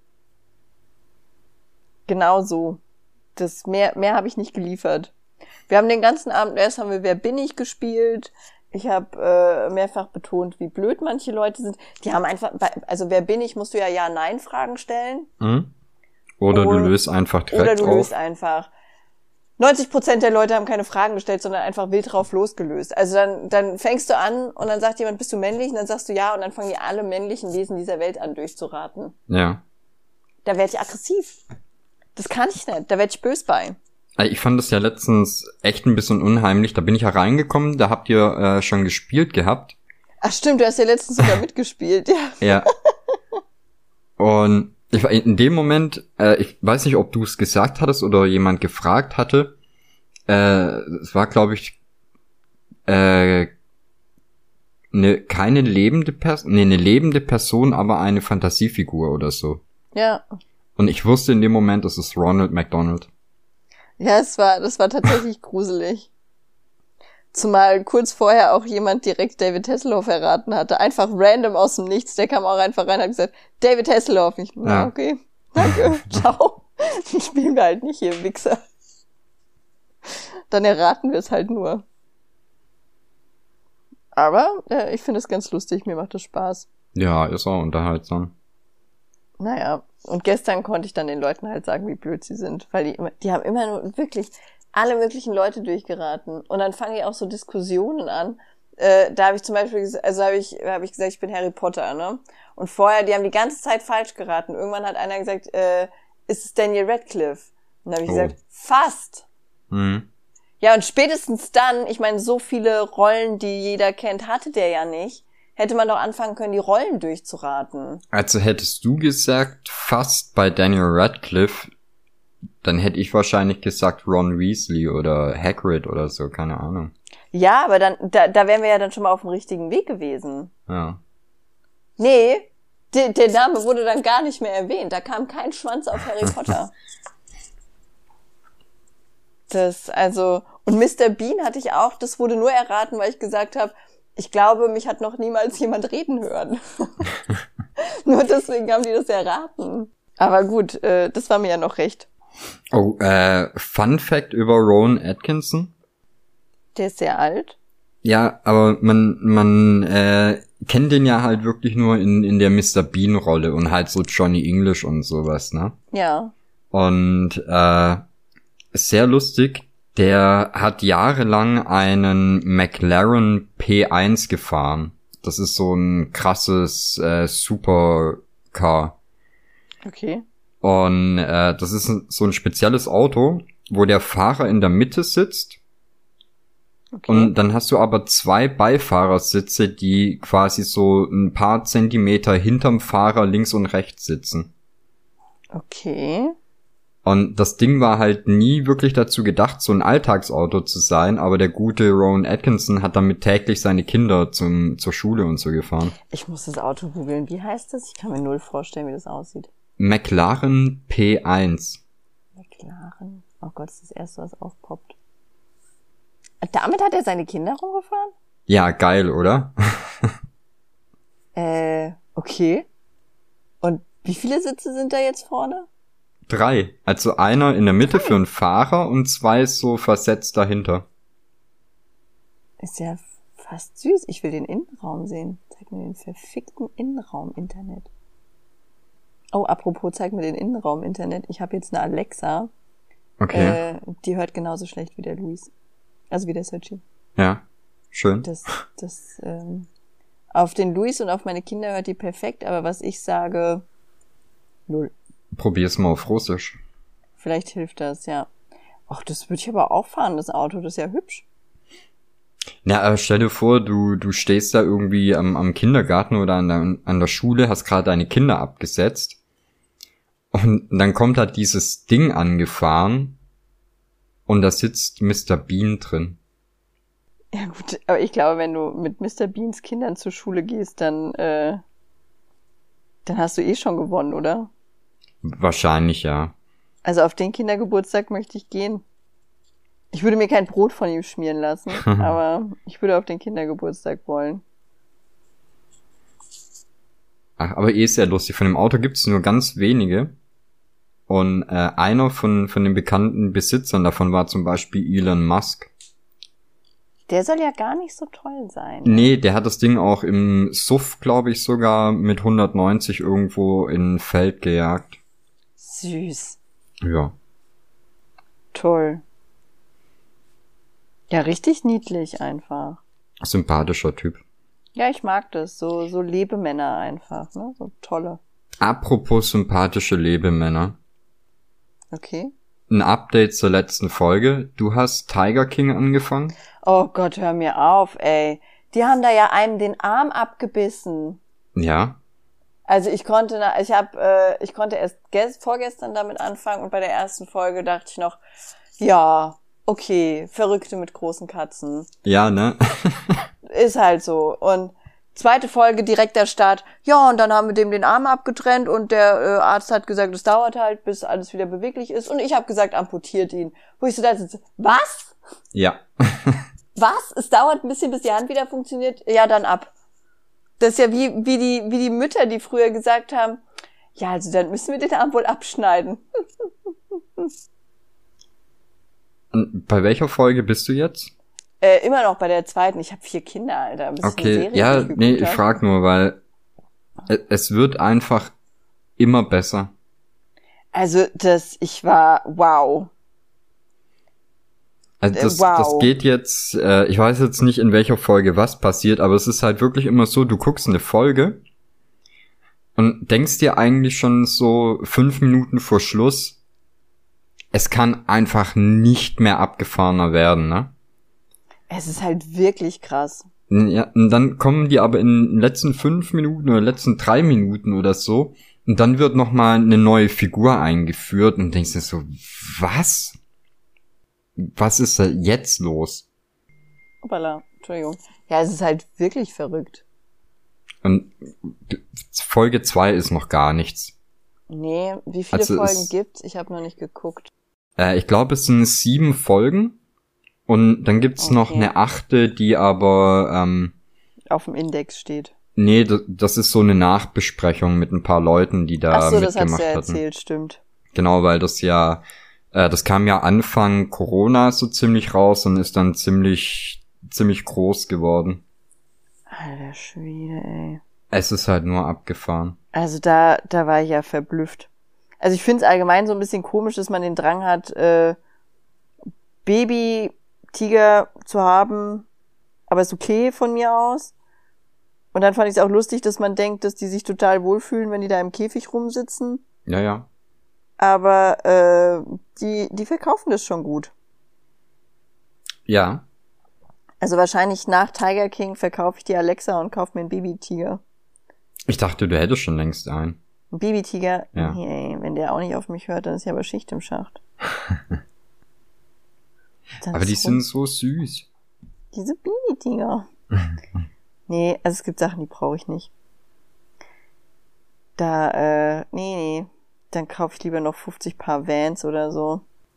[SPEAKER 1] Genau so. Das mehr, mehr habe ich nicht geliefert. Wir haben den ganzen Abend, erst haben wir Wer bin ich gespielt. Ich habe äh, mehrfach betont, wie blöd manche Leute sind. Die haben einfach, also Wer bin ich, musst du ja Ja-Nein-Fragen stellen.
[SPEAKER 2] Mhm. Oder und, du löst einfach direkt
[SPEAKER 1] Oder du
[SPEAKER 2] auf.
[SPEAKER 1] löst einfach. neunzig Prozent der Leute haben keine Fragen gestellt, sondern einfach wild drauf losgelöst. Also dann, dann fängst du an und dann sagt jemand, bist du männlich? Und dann sagst du ja und dann fangen die alle männlichen Wesen dieser Welt an durchzuraten.
[SPEAKER 2] Ja.
[SPEAKER 1] Da werd ich aggressiv. Das kann ich nicht. Da werd ich bös bei.
[SPEAKER 2] Ich fand das ja letztens echt ein bisschen unheimlich. Da bin ich ja reingekommen, da habt ihr äh, schon gespielt gehabt.
[SPEAKER 1] Ach stimmt, du hast ja letztens sogar mitgespielt, ja.
[SPEAKER 2] Ja. Und ich war in dem Moment, äh, ich weiß nicht, ob du es gesagt hattest oder jemand gefragt hatte. Äh, es war, glaube ich, äh, ne, keine lebende Person, nee, eine lebende Person, aber eine Fantasiefigur oder so.
[SPEAKER 1] Ja.
[SPEAKER 2] Und ich wusste in dem Moment, es ist Ronald McDonald.
[SPEAKER 1] Ja, es war, das war tatsächlich gruselig. Zumal kurz vorher auch jemand direkt David Hasselhoff erraten hatte. Einfach random aus dem Nichts. Der kam auch einfach rein und hat gesagt, David Hasselhoff. Ich, na, ja. Okay, danke, ciao. Dann spielen wir halt nicht hier, Wichser. Dann erraten wir es halt nur. Aber äh, ich finde es ganz lustig, mir macht das Spaß.
[SPEAKER 2] Ja, ist auch unterhaltsam.
[SPEAKER 1] Naja, und gestern konnte ich dann den Leuten halt sagen, wie blöd sie sind. Weil die immer, die haben immer nur wirklich alle möglichen Leute durchgeraten. Und dann fangen die auch so Diskussionen an. Äh, da habe ich zum Beispiel, also habe ich, habe ich gesagt, ich bin Harry Potter, ne? Und vorher, die haben die ganze Zeit falsch geraten. Irgendwann hat einer gesagt, äh, ist es Daniel Radcliffe? Und dann habe ich oh. gesagt, fast.
[SPEAKER 2] Mhm.
[SPEAKER 1] Ja, und spätestens dann, ich meine, so viele Rollen, die jeder kennt, hatte der ja nicht. Hätte man doch anfangen können, die Rollen durchzuraten.
[SPEAKER 2] Also hättest du gesagt, fast bei Daniel Radcliffe, dann hätte ich wahrscheinlich gesagt Ron Weasley oder Hagrid oder so, keine Ahnung.
[SPEAKER 1] Ja, aber dann, da, da wären wir ja dann schon mal auf dem richtigen Weg gewesen.
[SPEAKER 2] Ja.
[SPEAKER 1] Nee, de, der Name wurde dann gar nicht mehr erwähnt. Da kam kein Schwanz auf Harry Potter. Das, also, und Mister Bean hatte ich auch, das wurde nur erraten, weil ich gesagt habe, ich glaube, mich hat noch niemals jemand reden hören. Nur deswegen haben die das erraten. Aber gut, äh, das war mir ja noch recht.
[SPEAKER 2] Oh, äh, Fun Fact über Rowan Atkinson.
[SPEAKER 1] Der ist sehr alt.
[SPEAKER 2] Ja, aber man, man, äh, kennt den ja halt wirklich nur in, in der Mister Bean-Rolle und halt so Johnny English und sowas, ne?
[SPEAKER 1] Ja.
[SPEAKER 2] Und, äh, sehr lustig, der hat jahrelang einen McLaren P eins gefahren. Das ist so ein krasses äh, Supercar.
[SPEAKER 1] Okay.
[SPEAKER 2] Und äh, das ist so ein spezielles Auto, wo der Fahrer in der Mitte sitzt
[SPEAKER 1] Okay.
[SPEAKER 2] Und dann hast du aber zwei Beifahrersitze, die quasi so ein paar Zentimeter hinterm Fahrer links und rechts sitzen.
[SPEAKER 1] Okay.
[SPEAKER 2] Und das Ding war halt nie wirklich dazu gedacht, so ein Alltagsauto zu sein, aber der gute Rowan Atkinson hat damit täglich seine Kinder zum zur Schule und so gefahren.
[SPEAKER 1] Ich muss das Auto googeln. Wie heißt das? Ich kann mir null vorstellen, wie das aussieht.
[SPEAKER 2] McLaren P eins.
[SPEAKER 1] McLaren. Oh Gott, das ist das erste, was aufpoppt. Damit hat er seine Kinder rumgefahren?
[SPEAKER 2] Ja, geil, oder?
[SPEAKER 1] äh, okay. Und wie viele Sitze sind da jetzt vorne?
[SPEAKER 2] Drei. Also einer in der Mitte für einen Fahrer und zwei so versetzt dahinter.
[SPEAKER 1] Ist ja fast süß. Ich will den Innenraum sehen. Zeig mir den verfickten Innenraum, Internet. Oh, apropos, zeig mir den Innenraum, Internet. Ich habe jetzt eine Alexa.
[SPEAKER 2] Okay.
[SPEAKER 1] Äh, die hört genauso schlecht wie der Luis. Also wie der Sergi.
[SPEAKER 2] Ja, schön.
[SPEAKER 1] Das, das, ähm, auf den Luis und auf meine Kinder hört die perfekt, aber was ich sage, null.
[SPEAKER 2] Probier's mal auf Russisch.
[SPEAKER 1] Vielleicht hilft das, ja. Ach, das würde ich aber auch fahren, das Auto, das ist ja hübsch.
[SPEAKER 2] Na, aber stell dir vor, du du stehst da irgendwie am, am Kindergarten oder an der, an der Schule, hast gerade deine Kinder abgesetzt und dann kommt da dieses Ding angefahren und da sitzt Mister Bean drin.
[SPEAKER 1] Ja gut, aber ich glaube, wenn du mit Mister Beans Kindern zur Schule gehst, dann, äh, dann hast du eh schon gewonnen, oder?
[SPEAKER 2] Wahrscheinlich, ja.
[SPEAKER 1] Also auf den Kindergeburtstag möchte ich gehen. Ich würde mir kein Brot von ihm schmieren lassen, aber ich würde auf den Kindergeburtstag wollen.
[SPEAKER 2] Ach, aber eh sehr lustig. Von dem Auto gibt's nur ganz wenige. Und äh, einer von von den bekannten Besitzern davon war zum Beispiel Elon Musk.
[SPEAKER 1] Der soll ja gar nicht so toll sein.
[SPEAKER 2] Nee, der hat das Ding auch im Suff, glaube ich, sogar mit hundertneunzig irgendwo in ein Feld gejagt.
[SPEAKER 1] Süß.
[SPEAKER 2] Ja.
[SPEAKER 1] Toll. Ja, richtig niedlich einfach.
[SPEAKER 2] Sympathischer Typ.
[SPEAKER 1] Ja, ich mag das. So, so Lebemänner einfach, ne? So tolle.
[SPEAKER 2] Apropos sympathische Lebemänner.
[SPEAKER 1] Okay.
[SPEAKER 2] Ein Update zur letzten Folge. Du hast Tiger King angefangen?
[SPEAKER 1] Oh Gott, hör mir auf, ey. Die haben da ja einen den Arm abgebissen.
[SPEAKER 2] Ja.
[SPEAKER 1] Also ich konnte, na- ich hab, äh, ich konnte erst gest- vorgestern damit anfangen und bei der ersten Folge dachte ich noch, ja, okay, Verrückte mit großen Katzen.
[SPEAKER 2] Ja, ne?
[SPEAKER 1] Ist halt so. Und zweite Folge, direkter Start, ja, und dann haben wir dem den Arm abgetrennt und der äh, Arzt hat gesagt, es dauert halt, bis alles wieder beweglich ist. Und ich habe gesagt, amputiert ihn. Wo ich so dachte, was?
[SPEAKER 2] Ja.
[SPEAKER 1] Was? Es dauert ein bisschen, bis die Hand wieder funktioniert? Ja, dann ab. Das ist ja wie, wie die, wie die Mütter, die früher gesagt haben, ja, also dann müssen wir den Arm wohl abschneiden.
[SPEAKER 2] Und bei welcher Folge bist du jetzt?
[SPEAKER 1] Äh, immer noch bei der zweiten. Ich habe vier Kinder, Alter. Bis ich eine
[SPEAKER 2] Okay,
[SPEAKER 1] Serie
[SPEAKER 2] ja,
[SPEAKER 1] durchgeguckt
[SPEAKER 2] nee, ich
[SPEAKER 1] hab.
[SPEAKER 2] frag nur, weil e- es wird einfach immer besser.
[SPEAKER 1] Also das, ich war, wow.
[SPEAKER 2] Also das,
[SPEAKER 1] Äh, wow.
[SPEAKER 2] das geht jetzt, äh, ich weiß jetzt nicht, in welcher Folge was passiert, aber es ist halt wirklich immer so, du guckst eine Folge und denkst dir eigentlich schon so fünf Minuten vor Schluss, es kann einfach nicht mehr abgefahrener werden, ne?
[SPEAKER 1] Es ist halt wirklich krass.
[SPEAKER 2] Ja, und dann kommen die aber in den letzten fünf Minuten oder letzten drei Minuten oder so und dann wird nochmal eine neue Figur eingeführt und denkst dir so, was? Was ist da jetzt los?
[SPEAKER 1] Hoppala, Entschuldigung. Ja, es ist halt wirklich verrückt.
[SPEAKER 2] Und Folge zwei ist noch gar nichts.
[SPEAKER 1] Nee, wie viele
[SPEAKER 2] Also
[SPEAKER 1] Folgen
[SPEAKER 2] es-
[SPEAKER 1] gibt's? Ich habe noch nicht geguckt.
[SPEAKER 2] Äh, ich glaube, es sind sieben Folgen und dann gibt's
[SPEAKER 1] Okay.
[SPEAKER 2] noch eine achte, die aber, ähm,
[SPEAKER 1] Auf dem Index steht.
[SPEAKER 2] nee, das, das ist so eine Nachbesprechung mit ein paar Leuten, die da
[SPEAKER 1] Ach so, das hast
[SPEAKER 2] mitgemacht
[SPEAKER 1] du ja
[SPEAKER 2] hatten.
[SPEAKER 1] erzählt, stimmt.
[SPEAKER 2] Genau, weil das ja, äh, das kam ja Anfang Corona so ziemlich raus und ist dann ziemlich, ziemlich groß geworden.
[SPEAKER 1] Alter Schwede, ey.
[SPEAKER 2] Es ist halt nur abgefahren.
[SPEAKER 1] Also da, da war ich ja verblüfft. Also ich finde es allgemein so ein bisschen komisch, dass man den Drang hat, äh, Baby-Tiger zu haben, aber ist okay von mir aus. Und dann fand ich es auch lustig, dass man denkt, dass die sich total wohlfühlen, wenn die da im Käfig rumsitzen.
[SPEAKER 2] Ja, ja.
[SPEAKER 1] Aber äh, die, die verkaufen das schon gut.
[SPEAKER 2] Ja.
[SPEAKER 1] Also wahrscheinlich nach Tiger King verkaufe ich die Alexa und kaufe mir einen Babytiger.
[SPEAKER 2] Ich dachte, du hättest schon längst einen.
[SPEAKER 1] Ein Babytiger?
[SPEAKER 2] Ja.
[SPEAKER 1] Nee, wenn der auch nicht auf mich hört, dann ist ja aber Schicht im Schacht.
[SPEAKER 2] Aber die sind so süß.
[SPEAKER 1] Diese Babytiger. Nee, also es gibt Sachen, die brauche ich nicht. Da, äh, nee, nee. Dann kaufe ich lieber noch fünfzig Paar Vans oder so.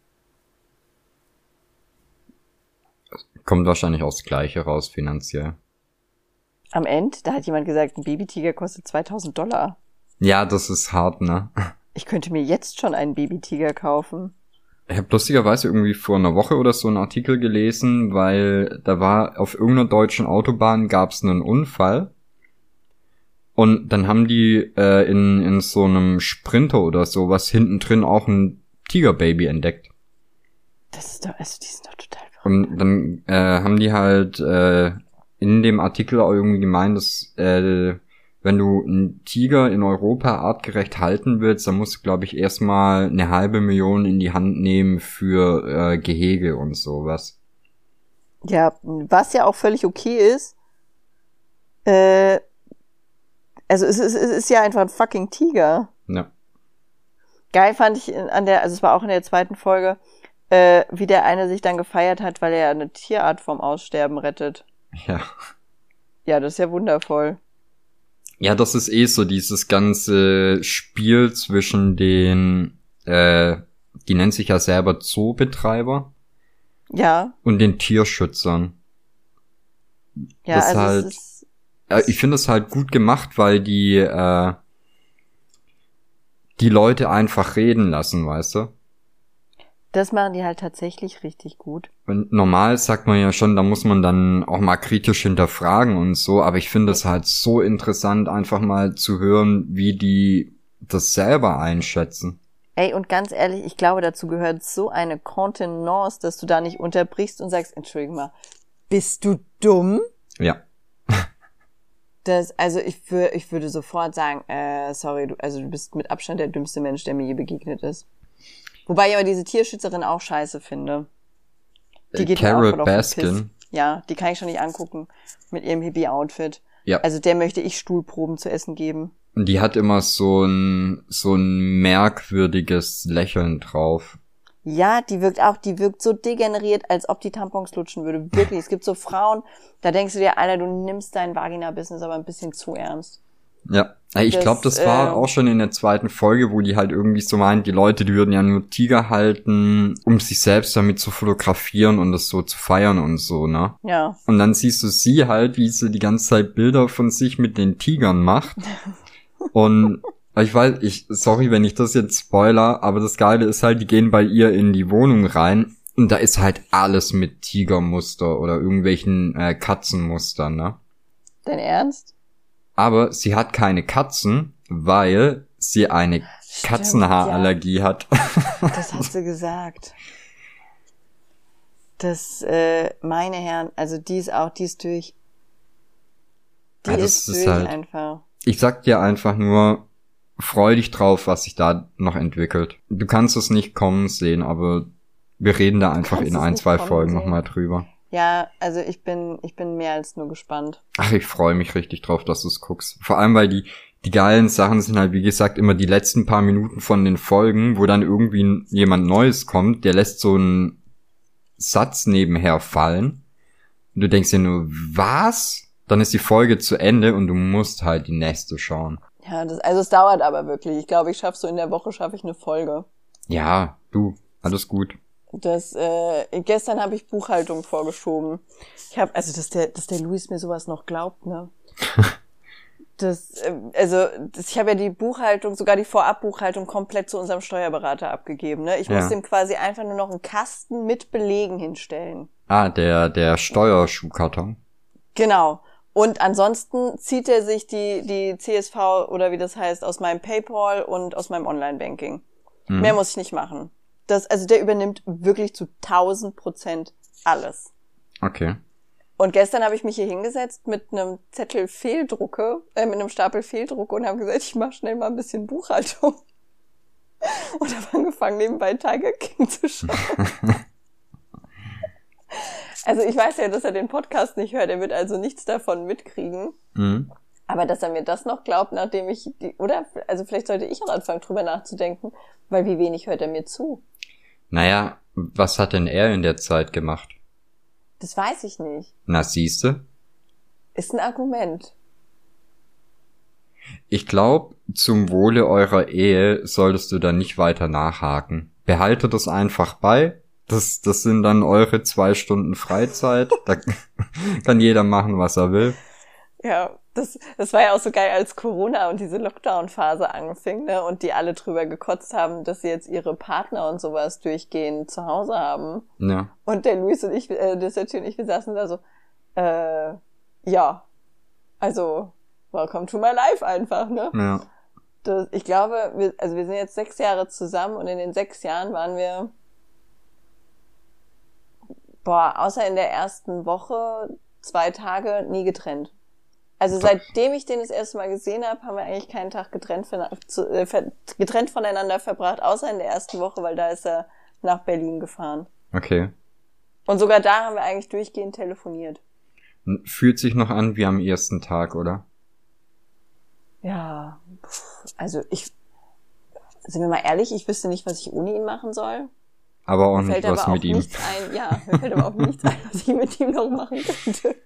[SPEAKER 2] Kommt wahrscheinlich aufs Gleiche raus finanziell.
[SPEAKER 1] Am Ende, da hat jemand gesagt, ein Babytiger kostet zweitausend Dollar.
[SPEAKER 2] Ja, das ist hart, ne?
[SPEAKER 1] Ich könnte mir jetzt schon einen Babytiger kaufen.
[SPEAKER 2] Ich habe lustigerweise irgendwie vor einer Woche oder so einen Artikel gelesen, weil da war auf irgendeiner deutschen Autobahn gab's einen Unfall und dann haben die äh, in in so einem Sprinter oder sowas hinten drin auch ein Tigerbaby entdeckt.
[SPEAKER 1] Das ist doch, also die sind doch total verrückt.
[SPEAKER 2] Und dann äh, haben die halt äh, in dem Artikel auch irgendwie gemeint, dass äh, wenn du einen Tiger in Europa artgerecht halten willst, dann musst du, glaube ich, erstmal eine halbe Million in die Hand nehmen für äh, Gehege und sowas.
[SPEAKER 1] Ja, was ja auch völlig okay ist. Äh, also es ist, es ist ja einfach ein fucking Tiger.
[SPEAKER 2] Ja.
[SPEAKER 1] Geil fand ich an der, also es war auch in der zweiten Folge, äh, wie der eine sich dann gefeiert hat, weil er eine Tierart vom Aussterben rettet.
[SPEAKER 2] Ja.
[SPEAKER 1] Ja, das ist ja wundervoll.
[SPEAKER 2] Ja, das ist eh so dieses ganze Spiel zwischen den, äh, die nennt sich ja selber Zoobetreiber.
[SPEAKER 1] Ja.
[SPEAKER 2] Und den Tierschützern.
[SPEAKER 1] Ja,
[SPEAKER 2] das
[SPEAKER 1] also
[SPEAKER 2] halt,
[SPEAKER 1] es ist,
[SPEAKER 2] äh, ich finde das halt gut gemacht, weil die, äh, die Leute einfach reden lassen, weißt du?
[SPEAKER 1] das machen die halt tatsächlich richtig gut.
[SPEAKER 2] Und normal sagt man ja schon, da muss man dann auch mal kritisch hinterfragen und so, aber ich finde es halt so interessant, einfach mal zu hören, wie die das selber einschätzen.
[SPEAKER 1] Ey, und ganz ehrlich, ich glaube, dazu gehört so eine Kontenance, dass du da nicht unterbrichst und sagst, Entschuldigung mal, bist du dumm?
[SPEAKER 2] Ja.
[SPEAKER 1] Das, also ich, wür, ich würde sofort sagen, äh, sorry, du, also du bist mit Abstand der dümmste Mensch, der mir je begegnet ist. Wobei ich aber diese Tierschützerin auch scheiße finde. Die
[SPEAKER 2] Äh,
[SPEAKER 1] geht mir auch
[SPEAKER 2] Carol
[SPEAKER 1] voll auf den
[SPEAKER 2] Baskin.
[SPEAKER 1] Piss. Ja, die kann ich schon nicht angucken mit ihrem Hippie-Outfit.
[SPEAKER 2] Ja.
[SPEAKER 1] Also der möchte ich Stuhlproben zu essen geben.
[SPEAKER 2] Und die hat immer so ein, so ein merkwürdiges Lächeln drauf.
[SPEAKER 1] Ja, die wirkt auch, die wirkt so degeneriert, als ob die Tampons lutschen würde. Wirklich. Es gibt so Frauen, da denkst du dir, Alter, du nimmst dein Vagina-Business aber ein bisschen zu ernst.
[SPEAKER 2] Ja, ich glaube, das war
[SPEAKER 1] äh,
[SPEAKER 2] auch schon in der zweiten Folge, wo die halt irgendwie so meint, die Leute, die würden ja nur Tiger halten, um sich selbst damit zu fotografieren und das so zu feiern und so, ne?
[SPEAKER 1] Ja.
[SPEAKER 2] Und dann siehst du sie halt, wie sie die ganze Zeit Bilder von sich mit den Tigern macht. Und ich weiß, ich, sorry, wenn ich das jetzt spoiler, aber das Geile ist halt, die gehen bei ihr in die Wohnung rein und da ist halt alles mit Tigermuster oder irgendwelchen äh, Katzenmustern, ne?
[SPEAKER 1] Dein Ernst?
[SPEAKER 2] Aber sie hat keine Katzen, weil sie eine
[SPEAKER 1] Stimmt,
[SPEAKER 2] Katzenhaarallergie
[SPEAKER 1] ja.
[SPEAKER 2] hat.
[SPEAKER 1] Das hat sie gesagt. Das, äh, meine Herren, also die ist auch, die ist durch. Die
[SPEAKER 2] Ja,
[SPEAKER 1] ist
[SPEAKER 2] das ist
[SPEAKER 1] durch
[SPEAKER 2] halt-
[SPEAKER 1] einfach.
[SPEAKER 2] Ich sag dir einfach nur, freu dich drauf, was sich da noch entwickelt. Du kannst es nicht kommen sehen, aber wir reden da einfach
[SPEAKER 1] kannst
[SPEAKER 2] in
[SPEAKER 1] es
[SPEAKER 2] ein,
[SPEAKER 1] nicht
[SPEAKER 2] zwei
[SPEAKER 1] kommen
[SPEAKER 2] Folgen
[SPEAKER 1] sehen.
[SPEAKER 2] nochmal drüber.
[SPEAKER 1] Ja, also ich bin, ich bin mehr als nur gespannt.
[SPEAKER 2] Ach, ich freue mich richtig drauf, dass du es guckst. Vor allem, weil die, die geilen Sachen sind halt, wie gesagt, immer die letzten paar Minuten von den Folgen, wo dann irgendwie jemand Neues kommt, der lässt so einen Satz nebenher fallen. Und du denkst dir nur, was? Dann ist die Folge zu Ende und du musst halt die nächste schauen.
[SPEAKER 1] Ja, das, also es dauert aber wirklich. Ich glaube, ich schaffe so in der Woche schaffe ich eine Folge.
[SPEAKER 2] Ja, du, alles gut.
[SPEAKER 1] Das, äh, gestern habe ich Buchhaltung vorgeschoben. Ich habe, also dass der, dass der Luis mir sowas noch glaubt, ne? Das, äh, also das, ich habe ja die Buchhaltung, sogar die Vorabbuchhaltung komplett zu unserem Steuerberater abgegeben, ne? Ich
[SPEAKER 2] Ja.
[SPEAKER 1] muss dem quasi einfach nur noch einen Kasten mit Belegen hinstellen.
[SPEAKER 2] Ah, der, der Steuerschuhkarton.
[SPEAKER 1] Genau. Und ansonsten zieht er sich die, die C S V oder wie das heißt aus meinem PayPal und aus meinem Online-Banking.
[SPEAKER 2] Mhm.
[SPEAKER 1] Mehr muss ich nicht machen. Das, also der übernimmt wirklich zu tausend Prozent alles.
[SPEAKER 2] Okay.
[SPEAKER 1] Und gestern habe ich mich hier hingesetzt mit einem Zettel Fehldrucke, äh, mit einem Stapel Fehldrucke und habe gesagt, ich mache schnell mal ein bisschen Buchhaltung. Und habe angefangen, nebenbei Tiger King zu schauen. Also ich weiß ja, dass er den Podcast nicht hört, er wird also nichts davon mitkriegen.
[SPEAKER 2] Mhm.
[SPEAKER 1] Aber dass er mir das noch glaubt, nachdem ich, die, oder, also vielleicht sollte ich auch anfangen, drüber nachzudenken, weil wie wenig hört er mir zu?
[SPEAKER 2] Naja, was hat denn er in der Zeit gemacht?
[SPEAKER 1] Das weiß ich nicht.
[SPEAKER 2] Na, siehste?
[SPEAKER 1] Ist ein Argument.
[SPEAKER 2] Ich glaube, zum Wohle eurer Ehe solltest du da nicht weiter nachhaken. Behalte das einfach bei. Das, das sind dann eure zwei Stunden Freizeit. Da kann jeder machen, was er will.
[SPEAKER 1] Ja, das, das war ja auch so geil, als Corona und diese Lockdown-Phase anfing, ne, und die alle drüber gekotzt haben, dass sie jetzt ihre Partner und sowas durchgehend zu Hause haben.
[SPEAKER 2] Ja.
[SPEAKER 1] Und der Luis und ich, äh, der Sergio und ich, wir saßen da so, äh, ja, also, welcome to my life einfach, ne?
[SPEAKER 2] Ja.
[SPEAKER 1] Das, ich glaube, wir, also wir sind jetzt sechs Jahre zusammen und in den sechs Jahren waren wir, boah, außer in der ersten Woche, zwei Tage nie getrennt. Also seitdem ich den das erste Mal gesehen habe, haben wir eigentlich keinen Tag getrennt, von, äh, getrennt voneinander verbracht, außer in der ersten Woche, weil da ist er nach Berlin gefahren.
[SPEAKER 2] Okay.
[SPEAKER 1] Und sogar da haben wir eigentlich durchgehend telefoniert.
[SPEAKER 2] Fühlt sich noch an wie am ersten Tag, oder?
[SPEAKER 1] Ja, also ich, sind wir mal ehrlich, ich wüsste nicht, was ich ohne ihn machen soll.
[SPEAKER 2] Aber auch
[SPEAKER 1] mir
[SPEAKER 2] nicht was
[SPEAKER 1] aber
[SPEAKER 2] mit
[SPEAKER 1] auch
[SPEAKER 2] ihm.
[SPEAKER 1] Nichts ein, ja, mir fällt aber auch nichts ein, was ich mit ihm noch machen könnte.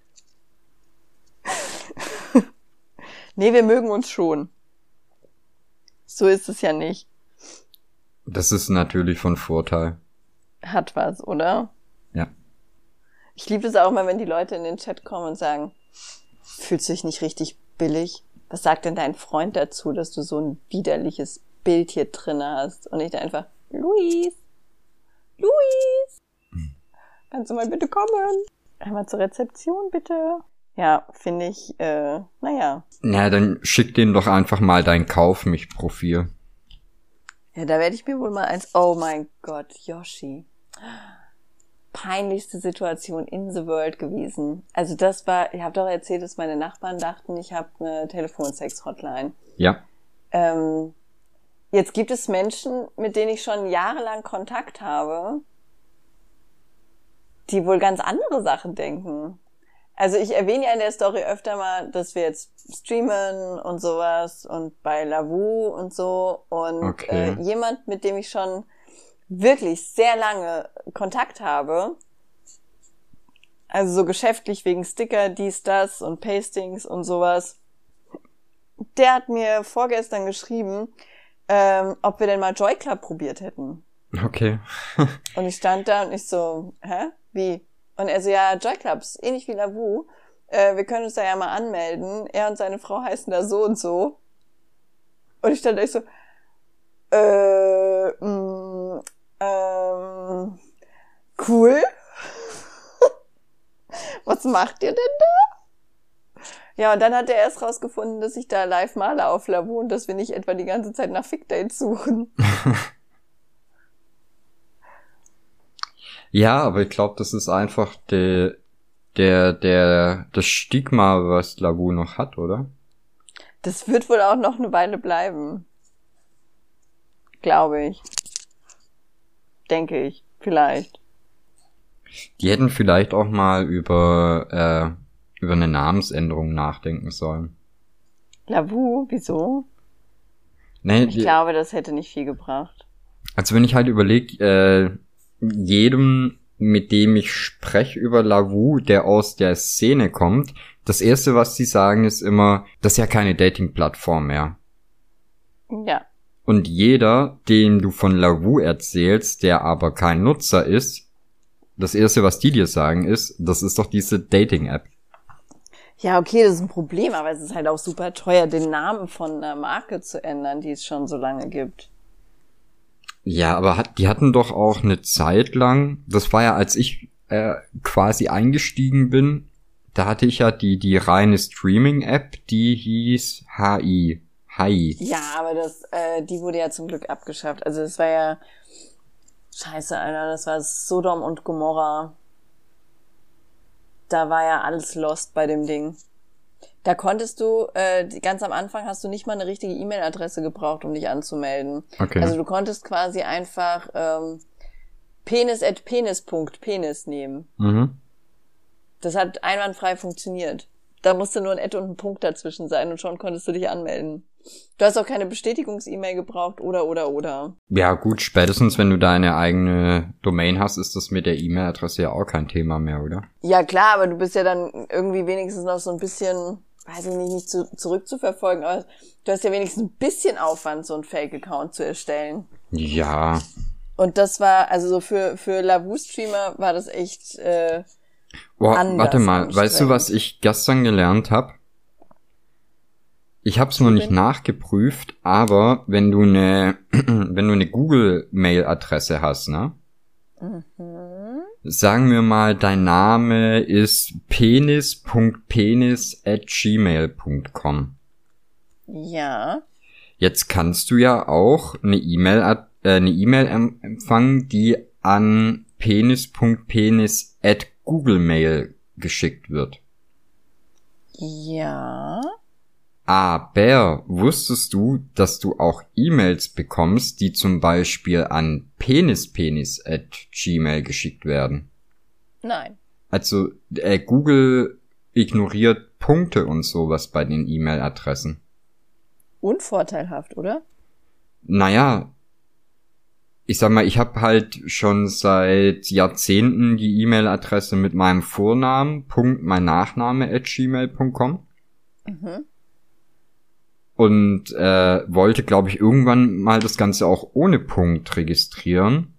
[SPEAKER 1] Nee, wir mögen uns schon. So ist es ja nicht.
[SPEAKER 2] Das ist natürlich von Vorteil.
[SPEAKER 1] Hat was, oder?
[SPEAKER 2] Ja.
[SPEAKER 1] Ich liebe es auch mal, wenn die Leute in den Chat kommen und sagen, fühlst du dich nicht richtig billig? Was sagt denn dein Freund dazu, dass du so ein widerliches Bild hier drin hast? Und ich da einfach, Luis, Luis, kannst du mal bitte kommen? Einmal zur Rezeption, bitte. Ja, finde ich, äh, naja.
[SPEAKER 2] Na, dann schick denen doch einfach mal dein Kauf-mich-Profil.
[SPEAKER 1] Ja, da werde ich mir wohl mal eins, oh mein Gott, Yoshi. Peinlichste Situation in the world gewesen. Also das war, ich habe doch erzählt, dass meine Nachbarn dachten, ich habe eine Telefonsex-Hotline.
[SPEAKER 2] Ja.
[SPEAKER 1] Ähm, jetzt gibt es Menschen, mit denen ich schon jahrelang Kontakt habe, die wohl ganz andere Sachen denken. Also ich erwähne ja in der Story öfter mal, dass wir jetzt streamen und sowas und bei Lavu und so. Und
[SPEAKER 2] okay.
[SPEAKER 1] äh, jemand, mit dem ich schon wirklich sehr lange Kontakt habe, also so geschäftlich wegen Sticker, dies, das und Pastings und sowas, der hat mir vorgestern geschrieben, ähm, ob wir denn mal Joy Club probiert hätten.
[SPEAKER 2] Okay.
[SPEAKER 1] Und ich stand da und ich so, hä? Wie? Und er so, ja, Joy Clubs, ähnlich wie Lavu, äh, wir können uns da ja mal anmelden. Er und seine Frau heißen da so und so. Und ich stand da ich so, äh, mh, ähm, cool. Was macht ihr denn da? Ja, und dann hat er erst rausgefunden, dass ich da live male auf Lavu und dass wir nicht etwa die ganze Zeit nach Fick-Dates suchen.
[SPEAKER 2] Ja, aber ich glaube, das ist einfach der, der, der, das Stigma, was Lavu noch hat, oder?
[SPEAKER 1] Das wird wohl auch noch eine Weile bleiben. Glaube ich. Denke ich. Vielleicht.
[SPEAKER 2] Die hätten vielleicht auch mal über, äh, über eine Namensänderung nachdenken sollen.
[SPEAKER 1] Lavu? Wieso?
[SPEAKER 2] Nee,
[SPEAKER 1] Ich
[SPEAKER 2] die,
[SPEAKER 1] glaube, das hätte nicht viel gebracht.
[SPEAKER 2] also wenn ich halt überlege, äh, jedem, mit dem ich spreche über Lavu, der aus der Szene kommt, das erste, was sie sagen, ist immer, das ist ja keine Dating-Plattform mehr.
[SPEAKER 1] Ja.
[SPEAKER 2] Und jeder, dem du von Lavu erzählst, der aber kein Nutzer ist, das erste, was die dir sagen, ist, das ist doch diese Dating-App.
[SPEAKER 1] Ja, okay, das ist ein Problem, aber es ist halt auch super teuer, den Namen von einer Marke zu ändern, die es schon so lange gibt.
[SPEAKER 2] Ja, aber hat, die hatten doch auch eine Zeit lang, das war ja, als ich äh, quasi eingestiegen bin, da hatte ich ja die die reine Streaming-App, die hieß H I. H I.
[SPEAKER 1] Ja, aber das, äh, die wurde ja zum Glück abgeschafft. Also das war ja, scheiße, Alter, das war Sodom und Gomorra. Da war ja alles lost bei dem Ding. Da konntest du, äh, ganz am Anfang hast du nicht mal eine richtige E-Mail-Adresse gebraucht, um dich anzumelden.
[SPEAKER 2] Okay.
[SPEAKER 1] Also du konntest quasi einfach ähm, penis at penis punkt penis nehmen.
[SPEAKER 2] Mhm.
[SPEAKER 1] Das hat einwandfrei funktioniert. Da musste nur ein Ad und ein Punkt dazwischen sein und schon konntest du dich anmelden. Du hast auch keine Bestätigungs-E-Mail gebraucht oder, oder, oder.
[SPEAKER 2] Ja gut, spätestens wenn du deine eigene Domain hast, ist das mit der E-Mail-Adresse ja auch kein Thema mehr, oder?
[SPEAKER 1] Ja klar, aber du bist ja dann irgendwie wenigstens noch so ein bisschen, weiß ich nicht, nicht zu, zurückzuverfolgen, aber du hast ja wenigstens ein bisschen Aufwand, so einen Fake-Account zu erstellen.
[SPEAKER 2] Ja.
[SPEAKER 1] Und das war, also so für, für Lavu-Streamer war das echt äh,
[SPEAKER 2] Boah,
[SPEAKER 1] anders
[SPEAKER 2] warte mal, weißt du, was ich gestern gelernt habe? Ich habe es noch nicht nachgeprüft, aber wenn du eine wenn du eine Google-Mail-Adresse hast, ne? Mhm. Sagen wir mal, dein Name ist penis punkt penis at gmail punkt com.
[SPEAKER 1] Ja.
[SPEAKER 2] Jetzt kannst du ja auch eine E-Mail äh, eine E-Mail empfangen, die an penis punkt penis at googlemail geschickt wird.
[SPEAKER 1] Ja.
[SPEAKER 2] Aber wusstest du, dass du auch E-Mails bekommst, die zum Beispiel an penispenis at gmail geschickt werden?
[SPEAKER 1] Nein.
[SPEAKER 2] Also äh, Google ignoriert Punkte und sowas bei den E-Mail-Adressen.
[SPEAKER 1] Unvorteilhaft, oder?
[SPEAKER 2] Naja, ich sag mal, ich habe halt schon seit Jahrzehnten die E-Mail-Adresse mit meinem Vornamen, Punkt, mein Nachname at gmail punkt com. Mhm. Und äh, wollte, glaube ich, irgendwann mal das Ganze auch ohne Punkt registrieren,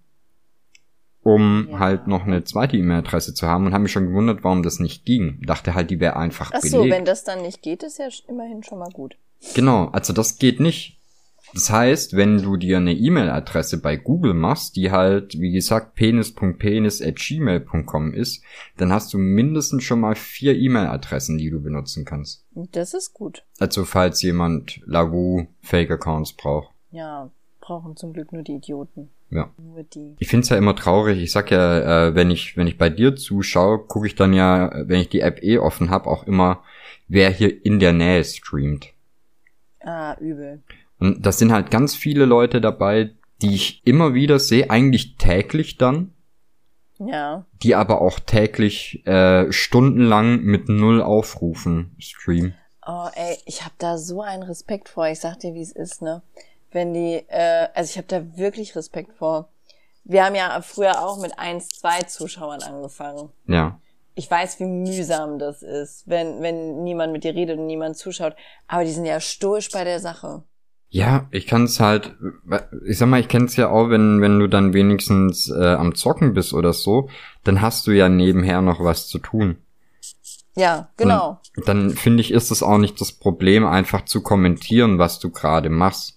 [SPEAKER 2] um ja. halt noch eine zweite E-Mail-Adresse zu haben und habe mich schon gewundert, warum das nicht ging. Dachte halt, die wäre einfach
[SPEAKER 1] Ach
[SPEAKER 2] belegt.
[SPEAKER 1] so, wenn das dann nicht geht, ist ja immerhin schon mal gut.
[SPEAKER 2] Genau, also das geht nicht. Das heißt, wenn du dir eine E-Mail-Adresse bei Google machst, die halt, wie gesagt, penis punkt penis at gmail punkt com ist, dann hast du mindestens schon mal vier E-Mail-Adressen, die du benutzen kannst.
[SPEAKER 1] Das ist gut.
[SPEAKER 2] Also falls jemand Lavu Fake-Accounts braucht.
[SPEAKER 1] Ja, brauchen zum Glück nur die Idioten.
[SPEAKER 2] Ja.
[SPEAKER 1] Nur die.
[SPEAKER 2] Ich find's ja immer traurig. Ich sag ja, äh, wenn ich wenn ich bei dir zuschaue, gucke ich dann ja, wenn ich die App eh offen habe, auch immer, wer hier in der Nähe streamt.
[SPEAKER 1] Ah, übel.
[SPEAKER 2] Und das sind halt ganz viele Leute dabei, die ich immer wieder sehe, eigentlich täglich dann.
[SPEAKER 1] Ja.
[SPEAKER 2] Die aber auch täglich äh, stundenlang mit null Aufrufen streamen.
[SPEAKER 1] Oh, ey, ich hab da so einen Respekt vor. Ich sag dir, wie es ist, ne? Wenn die, äh, also ich hab da wirklich Respekt vor. Wir haben ja früher auch mit eins, zwei Zuschauern angefangen.
[SPEAKER 2] Ja.
[SPEAKER 1] Ich weiß, wie mühsam das ist, wenn wenn niemand mit dir redet und niemand zuschaut. Aber die sind ja stoisch bei der Sache.
[SPEAKER 2] Ja, ich kann's halt, ich sag mal, ich kenn's ja auch, wenn wenn du dann wenigstens äh, am Zocken bist oder so, dann hast du ja nebenher noch was zu tun.
[SPEAKER 1] Ja, genau.
[SPEAKER 2] Und dann finde ich, ist es auch nicht das Problem, einfach zu kommentieren, was du gerade machst.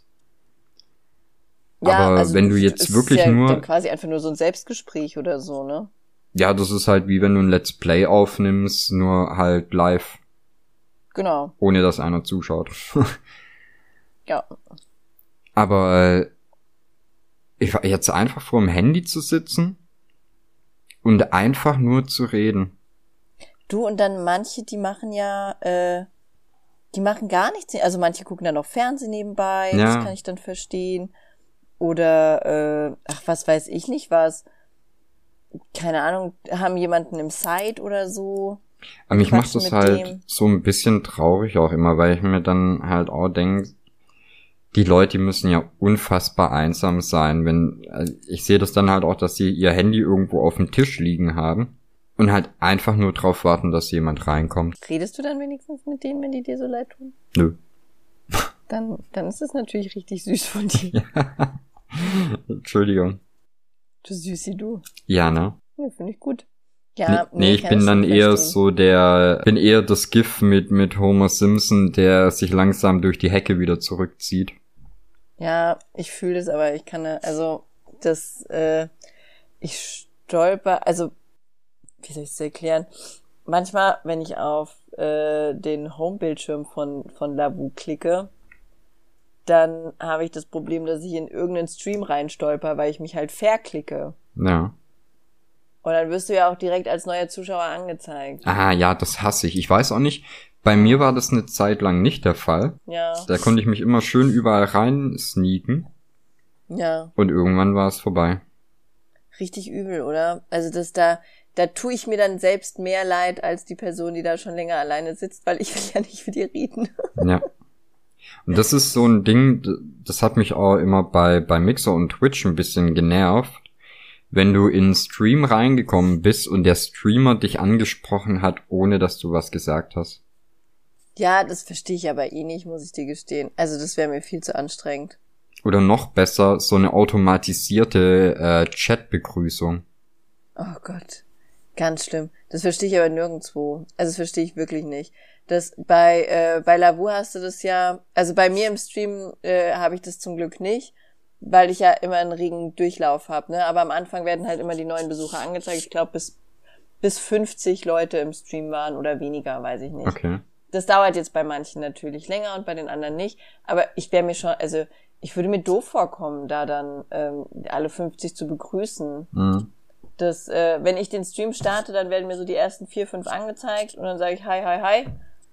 [SPEAKER 1] Ja,
[SPEAKER 2] aber
[SPEAKER 1] also
[SPEAKER 2] wenn du jetzt
[SPEAKER 1] ist
[SPEAKER 2] wirklich
[SPEAKER 1] ja
[SPEAKER 2] nur
[SPEAKER 1] dann quasi einfach nur so ein Selbstgespräch oder so, ne?
[SPEAKER 2] Ja, das ist halt wie wenn du ein Let's Play aufnimmst, nur halt live.
[SPEAKER 1] Genau.
[SPEAKER 2] Ohne dass einer zuschaut.
[SPEAKER 1] Ja.
[SPEAKER 2] Aber äh, ich war jetzt einfach vor dem Handy zu sitzen und einfach nur zu reden.
[SPEAKER 1] Du, und dann manche, die machen ja, äh, die machen gar nichts. Also manche gucken dann noch Fernsehen nebenbei, ja. Das kann ich dann verstehen. Oder, äh, ach, was weiß ich nicht was. Keine Ahnung, haben jemanden im Site oder so.
[SPEAKER 2] Aber mich macht das halt dem. so ein bisschen traurig auch immer, weil ich mir dann halt auch denke, die Leute müssen ja unfassbar einsam sein, wenn, also ich sehe das dann halt auch, dass sie ihr Handy irgendwo auf dem Tisch liegen haben und halt einfach nur drauf warten, dass jemand reinkommt.
[SPEAKER 1] Redest du dann wenigstens mit denen, wenn die dir so leid tun?
[SPEAKER 2] Nö.
[SPEAKER 1] Dann, dann ist es natürlich richtig süß von dir.
[SPEAKER 2] Ja. Entschuldigung.
[SPEAKER 1] Du Süßi, du.
[SPEAKER 2] Ja, ne?
[SPEAKER 1] Ja, finde ich gut. Ja,
[SPEAKER 2] nee, nee, ich bin dann eher verstehen. so der, bin eher das GIF mit, mit Homer Simpson, der sich langsam durch die Hecke wieder zurückzieht.
[SPEAKER 1] Ja, ich fühle das, aber ich kann, also, das, äh, ich stolper, also, wie soll ich es erklären? Manchmal, wenn ich auf äh, den Home-Bildschirm von, von Lavu klicke, dann habe ich das Problem, dass ich in irgendeinen Stream reinstolper, weil ich mich halt verklicke.
[SPEAKER 2] Ja.
[SPEAKER 1] Und dann wirst du ja auch direkt als neuer Zuschauer angezeigt.
[SPEAKER 2] Ah, ja, das hasse ich. Ich weiß auch nicht, bei mir war das eine Zeit lang nicht der Fall.
[SPEAKER 1] Ja.
[SPEAKER 2] Da konnte ich mich immer schön überall rein sneaken.
[SPEAKER 1] Ja.
[SPEAKER 2] Und irgendwann war es vorbei.
[SPEAKER 1] Richtig übel, oder? Also, dass da, da tue ich mir dann selbst mehr leid als die Person, die da schon länger alleine sitzt, weil ich will ja nicht mit ihr reden.
[SPEAKER 2] Ja. Und das ist so ein Ding, das hat mich auch immer bei, bei Mixer und Twitch ein bisschen genervt. Wenn du in einen Stream reingekommen bist und der Streamer dich angesprochen hat, ohne dass du was gesagt hast.
[SPEAKER 1] Ja, das verstehe ich aber eh nicht, muss ich dir gestehen. Also das wäre mir viel zu anstrengend.
[SPEAKER 2] Oder noch besser, so eine automatisierte äh, Chat-Begrüßung.
[SPEAKER 1] Oh Gott, ganz schlimm. Das verstehe ich aber nirgendwo. Also das verstehe ich wirklich nicht. Das bei äh, bei Lavu hast du das ja, also bei mir im Stream äh, habe ich das zum Glück nicht, weil ich ja immer einen regen Durchlauf habe, ne? Aber am Anfang werden halt immer die neuen Besucher angezeigt. Ich glaube, bis bis fünfzig Leute im Stream waren oder weniger, weiß ich nicht.
[SPEAKER 2] Okay.
[SPEAKER 1] Das dauert jetzt bei manchen natürlich länger und bei den anderen nicht. Aber ich wäre mir schon, also ich würde mir doof vorkommen, da dann ähm, alle fünfzig zu begrüßen.
[SPEAKER 2] Mhm.
[SPEAKER 1] Das, äh, wenn ich den Stream starte, dann werden mir so die ersten vier, fünf angezeigt und dann sage ich hi, hi, hi.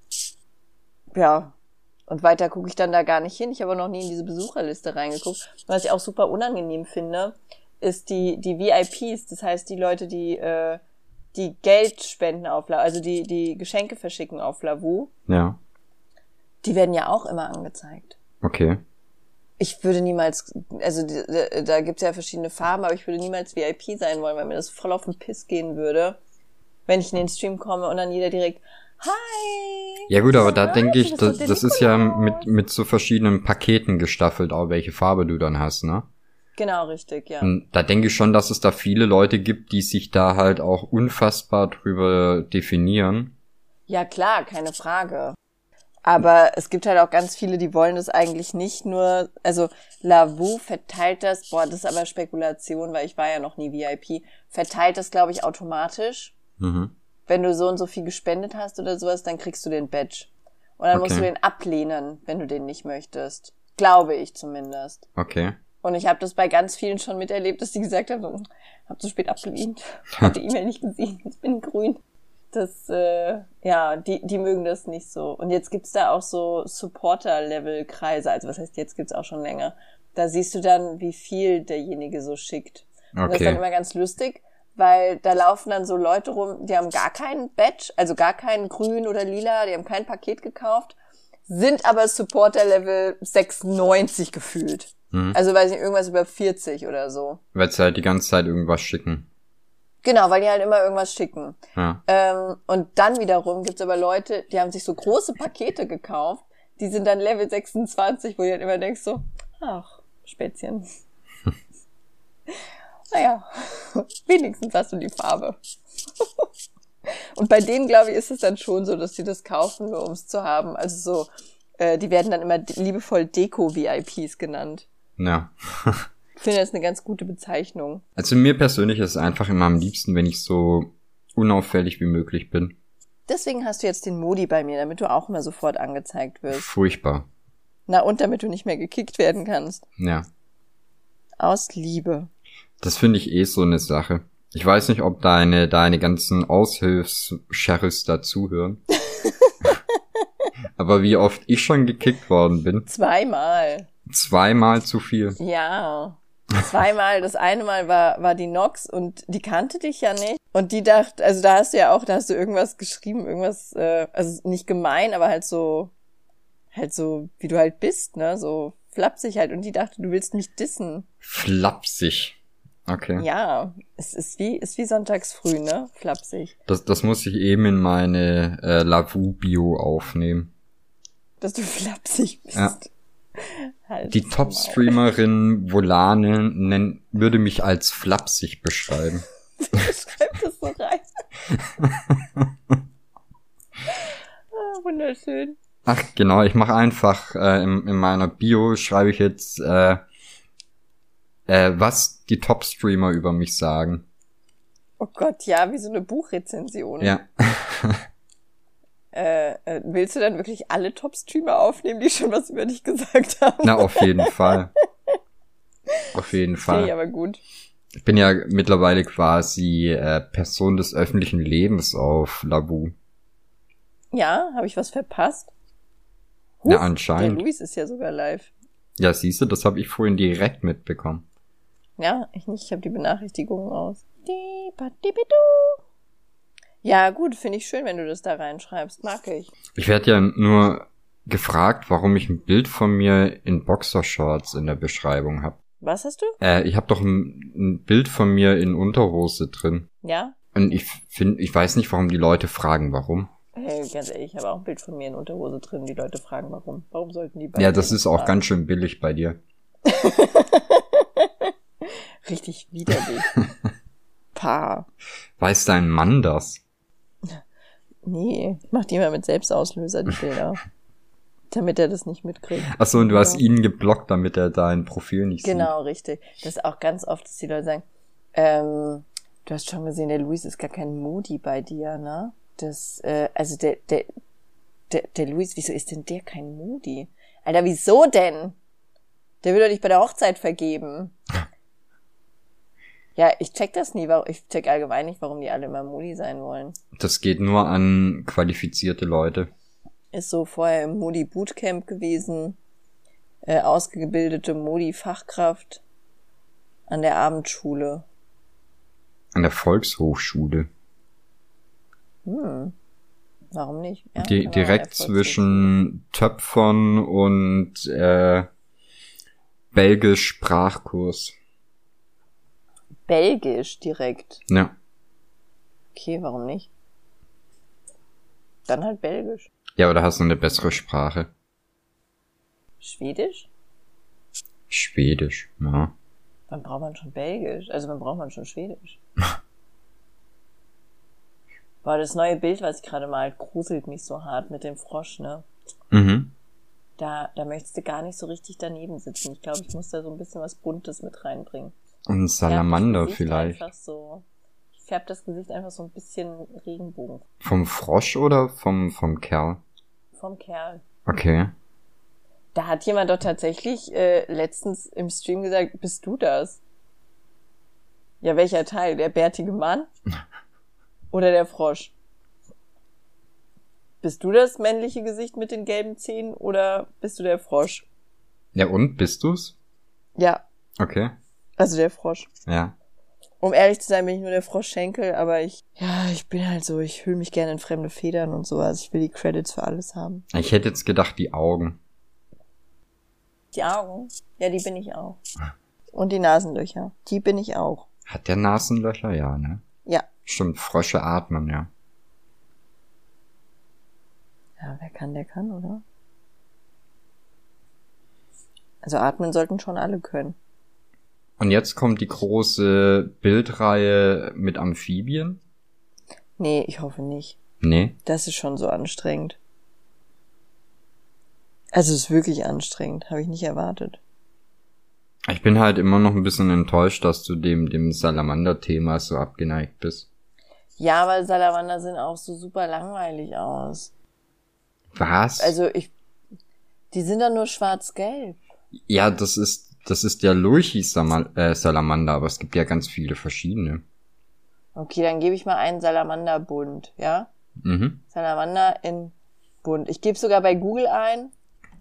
[SPEAKER 1] Ja, und weiter gucke ich dann da gar nicht hin. Ich habe noch nie in diese Besucherliste reingeguckt. Was ich auch super unangenehm finde, ist die die V I Ps, das heißt die Leute, die äh, die Geld spenden auf Lavu, also die die Geschenke verschicken auf Lavu.
[SPEAKER 2] Ja.
[SPEAKER 1] Die werden ja auch immer angezeigt.
[SPEAKER 2] Okay.
[SPEAKER 1] Ich würde niemals, also da gibt's ja verschiedene Farben, aber ich würde niemals V I P sein wollen, weil mir das voll auf den Piss gehen würde, wenn ich in den Stream komme und dann jeder direkt Hi!
[SPEAKER 2] Ja gut, aber da
[SPEAKER 1] Hi,
[SPEAKER 2] denke ich,
[SPEAKER 1] du bist
[SPEAKER 2] das,
[SPEAKER 1] doch der
[SPEAKER 2] das ist ja
[SPEAKER 1] Nikolaus.
[SPEAKER 2] mit mit so verschiedenen Paketen gestaffelt, auch welche Farbe du dann hast, ne?
[SPEAKER 1] Genau, richtig, ja.
[SPEAKER 2] Und da denke ich schon, dass es da viele Leute gibt, die sich da halt auch unfassbar drüber definieren.
[SPEAKER 1] Ja klar, keine Frage. Aber es gibt halt auch ganz viele, die wollen das eigentlich nicht nur, also Lavu verteilt das, boah, das ist aber Spekulation, weil ich war ja noch nie V I P, verteilt das, glaube ich, automatisch.
[SPEAKER 2] Mhm.
[SPEAKER 1] Wenn du so und so viel gespendet hast oder sowas, dann kriegst du den Badge. Und dann
[SPEAKER 2] Okay.
[SPEAKER 1] musst du den ablehnen, wenn du den nicht möchtest. Glaube ich zumindest.
[SPEAKER 2] Okay.
[SPEAKER 1] Und ich habe das bei ganz vielen schon miterlebt, dass die gesagt haben, so, hab zu spät abgelehnt, hab die E-Mail nicht gesehen, jetzt bin ich grün. Das, äh, ja, die die mögen das nicht so. Und jetzt gibt's da auch so Supporter-Level-Kreise, also was heißt, jetzt gibt's auch schon länger. Da siehst du dann, wie viel derjenige so schickt. Und das ist dann
[SPEAKER 2] Okay.
[SPEAKER 1] immer ganz lustig, weil da laufen dann so Leute rum, die haben gar keinen Badge, also gar keinen grün oder lila, die haben kein Paket gekauft, sind aber Supporter-Level sechsundneunzig gefühlt.
[SPEAKER 2] Mhm.
[SPEAKER 1] Also weiß nicht, irgendwas über vierzig oder so.
[SPEAKER 2] Weil sie halt die ganze Zeit irgendwas schicken.
[SPEAKER 1] Genau, weil die halt immer irgendwas schicken.
[SPEAKER 2] Ja.
[SPEAKER 1] Ähm, und dann wiederum gibt's aber Leute, die haben sich so große Pakete gekauft, die sind dann Level sechsundzwanzig, wo du halt immer denkst so, ach, Spätzchen. Naja, wenigstens hast du die Farbe. Und bei denen, glaube ich, ist es dann schon so, dass die das kaufen, nur um es zu haben. Also so, äh, die werden dann immer liebevoll Deko-V I Ps genannt.
[SPEAKER 2] Ja.
[SPEAKER 1] Ich finde, das ist eine ganz gute Bezeichnung.
[SPEAKER 2] Also mir persönlich ist es einfach immer am liebsten, wenn ich so unauffällig wie möglich bin.
[SPEAKER 1] Deswegen hast du jetzt den Modi bei mir, damit du auch immer sofort angezeigt wirst.
[SPEAKER 2] Furchtbar.
[SPEAKER 1] Na, und damit du nicht mehr gekickt werden kannst.
[SPEAKER 2] Ja.
[SPEAKER 1] Aus Liebe.
[SPEAKER 2] Das finde ich eh so eine Sache. Ich weiß nicht, ob deine, deine ganzen Aushilfs-Sheriffs dazuhören. Aber wie oft ich schon gekickt worden bin.
[SPEAKER 1] Zweimal.
[SPEAKER 2] Zweimal zu viel.
[SPEAKER 1] Ja. Zweimal. Das eine Mal war, war die Nox und die kannte dich ja nicht. Und die dachte, also da hast du ja auch, da hast du irgendwas geschrieben, irgendwas, äh, also nicht gemein, aber halt so, halt so, wie du halt bist, ne, so flapsig halt. Und die dachte, du willst mich dissen.
[SPEAKER 2] Flapsig. Okay.
[SPEAKER 1] Ja, es ist wie, ist wie sonntags früh, ne, flapsig.
[SPEAKER 2] Das, das muss ich eben in meine äh, Lavu-Bio aufnehmen.
[SPEAKER 1] Dass du flapsig bist.
[SPEAKER 2] Ja.
[SPEAKER 1] Halt
[SPEAKER 2] Die
[SPEAKER 1] Maul.
[SPEAKER 2] Top-Streamerin Volane nennt, würde mich als flapsig beschreiben.
[SPEAKER 1] Schreib das so rein. Ah, wunderschön.
[SPEAKER 2] Ach, genau, ich mache einfach äh, in, in meiner Bio schreibe ich jetzt, äh, äh, was die Top-Streamer über mich sagen.
[SPEAKER 1] Oh Gott, ja, wie so eine Buchrezension.
[SPEAKER 2] Ja.
[SPEAKER 1] Äh, äh, willst du dann wirklich alle Top-Streamer aufnehmen, die schon was über dich gesagt haben?
[SPEAKER 2] Na, auf jeden Fall. Auf jeden
[SPEAKER 1] Finde ich
[SPEAKER 2] Fall.
[SPEAKER 1] aber gut.
[SPEAKER 2] Ich bin ja mittlerweile quasi äh, Person des öffentlichen Lebens auf Lavu.
[SPEAKER 1] Ja, habe ich was verpasst?
[SPEAKER 2] Ja,
[SPEAKER 1] Der
[SPEAKER 2] anscheinend.
[SPEAKER 1] Luis ist ja sogar live.
[SPEAKER 2] Ja, siehst du, das habe ich vorhin direkt mitbekommen.
[SPEAKER 1] Ja, ich nicht, ich habe die Benachrichtigungen aus. Di-ba-di-bi-du. Ja, gut, finde ich schön, wenn du das da reinschreibst. Mag ich.
[SPEAKER 2] Ich werde ja nur gefragt, warum ich ein Bild von mir in Boxershorts in der Beschreibung habe.
[SPEAKER 1] Was hast du?
[SPEAKER 2] Äh, ich habe doch ein, ein Bild von mir in Unterhose drin.
[SPEAKER 1] Ja?
[SPEAKER 2] Und ich finde, ich weiß nicht, warum die Leute fragen, warum.
[SPEAKER 1] Hey, ganz ehrlich, ich habe auch ein Bild von mir in Unterhose drin. Die Leute fragen, warum. Warum sollten die beiden?
[SPEAKER 2] Ja, das ist auch ganz schön billig bei dir.
[SPEAKER 1] Richtig widerlich. Paar.
[SPEAKER 2] Weiß dein Mann das?
[SPEAKER 1] Nee, ich mach die immer mit Selbstauslöser, die Bilder. Damit er das nicht mitkriegt.
[SPEAKER 2] Ach so, und du
[SPEAKER 1] ja.
[SPEAKER 2] hast ihn geblockt, damit er dein Profil nicht
[SPEAKER 1] genau,
[SPEAKER 2] sieht.
[SPEAKER 1] Genau, richtig. Das ist auch ganz oft, dass die Leute sagen, ähm, du hast schon gesehen, der Luis ist gar kein Moody bei dir, ne? Das, äh, also der, der, der, der Luis, wieso ist denn der kein Moody? Alter, wieso denn? Der will doch nicht bei der Hochzeit vergeben. Ja, ich check das nie, ich check allgemein nicht, warum die alle immer Moody sein wollen.
[SPEAKER 2] Das geht nur an qualifizierte Leute.
[SPEAKER 1] Ist so vorher im Modi Bootcamp gewesen, äh, ausgebildete Modi-Fachkraft an der Abendschule.
[SPEAKER 2] An der Volkshochschule.
[SPEAKER 1] Hm, warum nicht? Ja,
[SPEAKER 2] Die, direkt zwischen Töpfern und äh, Belgisch Sprachkurs.
[SPEAKER 1] Belgisch direkt?
[SPEAKER 2] Ja.
[SPEAKER 1] Okay, warum nicht? Dann halt Belgisch.
[SPEAKER 2] Ja, oder hast du eine bessere Sprache?
[SPEAKER 1] Schwedisch?
[SPEAKER 2] Schwedisch, ja.
[SPEAKER 1] Wann braucht man schon Belgisch? Also wann braucht man schon Schwedisch? Boah, das neue Bild, was ich gerade mal, gruselt mich so hart mit dem Frosch, ne?
[SPEAKER 2] Mhm.
[SPEAKER 1] Da, da möchtest du gar nicht so richtig daneben sitzen. Ich glaube, ich muss da so ein bisschen was Buntes mit reinbringen.
[SPEAKER 2] Und Salamander
[SPEAKER 1] ich
[SPEAKER 2] vielleicht.
[SPEAKER 1] Einfach so, ich färbe das Gesicht einfach so ein bisschen Regenbogen.
[SPEAKER 2] Vom Frosch oder vom, vom Kerl?
[SPEAKER 1] Vom Kerl.
[SPEAKER 2] Okay.
[SPEAKER 1] Da hat jemand doch tatsächlich äh, letztens im Stream gesagt, bist du das? Ja, welcher Teil? Der bärtige Mann? Oder der Frosch? Bist du das männliche Gesicht mit den gelben Zähnen oder bist du der Frosch?
[SPEAKER 2] Ja, und? Bist du's?
[SPEAKER 1] Ja.
[SPEAKER 2] Okay.
[SPEAKER 1] Also der Frosch.
[SPEAKER 2] Ja.
[SPEAKER 1] Um ehrlich zu sein, bin ich nur der Froschschenkel, aber ich, ja, ich bin halt so, ich hülle mich gerne in fremde Federn und so, also ich will die Credits für alles haben.
[SPEAKER 2] Ich hätte jetzt gedacht, die Augen.
[SPEAKER 1] Die Augen? Ja, die bin ich auch. Und die Nasenlöcher. Die bin ich auch.
[SPEAKER 2] Hat der Nasenlöcher? Ja, ne?
[SPEAKER 1] Ja.
[SPEAKER 2] Stimmt, Frösche atmen, ja.
[SPEAKER 1] Ja, wer kann, der kann, oder? Also atmen sollten schon alle können.
[SPEAKER 2] Und jetzt kommt die große Bildreihe mit Amphibien?
[SPEAKER 1] Nee, ich hoffe nicht.
[SPEAKER 2] Nee.
[SPEAKER 1] Das ist schon so anstrengend. Also es ist wirklich anstrengend, habe ich nicht erwartet.
[SPEAKER 2] Ich bin halt immer noch ein bisschen enttäuscht, dass du dem, dem Salamander-Thema so abgeneigt bist.
[SPEAKER 1] Ja, weil Salamander sehen auch so super langweilig aus.
[SPEAKER 2] Was?
[SPEAKER 1] Also ich, die sind dann nur schwarz-gelb.
[SPEAKER 2] Ja, das ist, das ist der Lurchi-Salamander, aber es gibt ja ganz viele verschiedene.
[SPEAKER 1] Okay, dann gebe ich mal einen Salamander-Bunt, ja?
[SPEAKER 2] Mhm.
[SPEAKER 1] Salamander in bunt. Ich gebe sogar bei Google ein.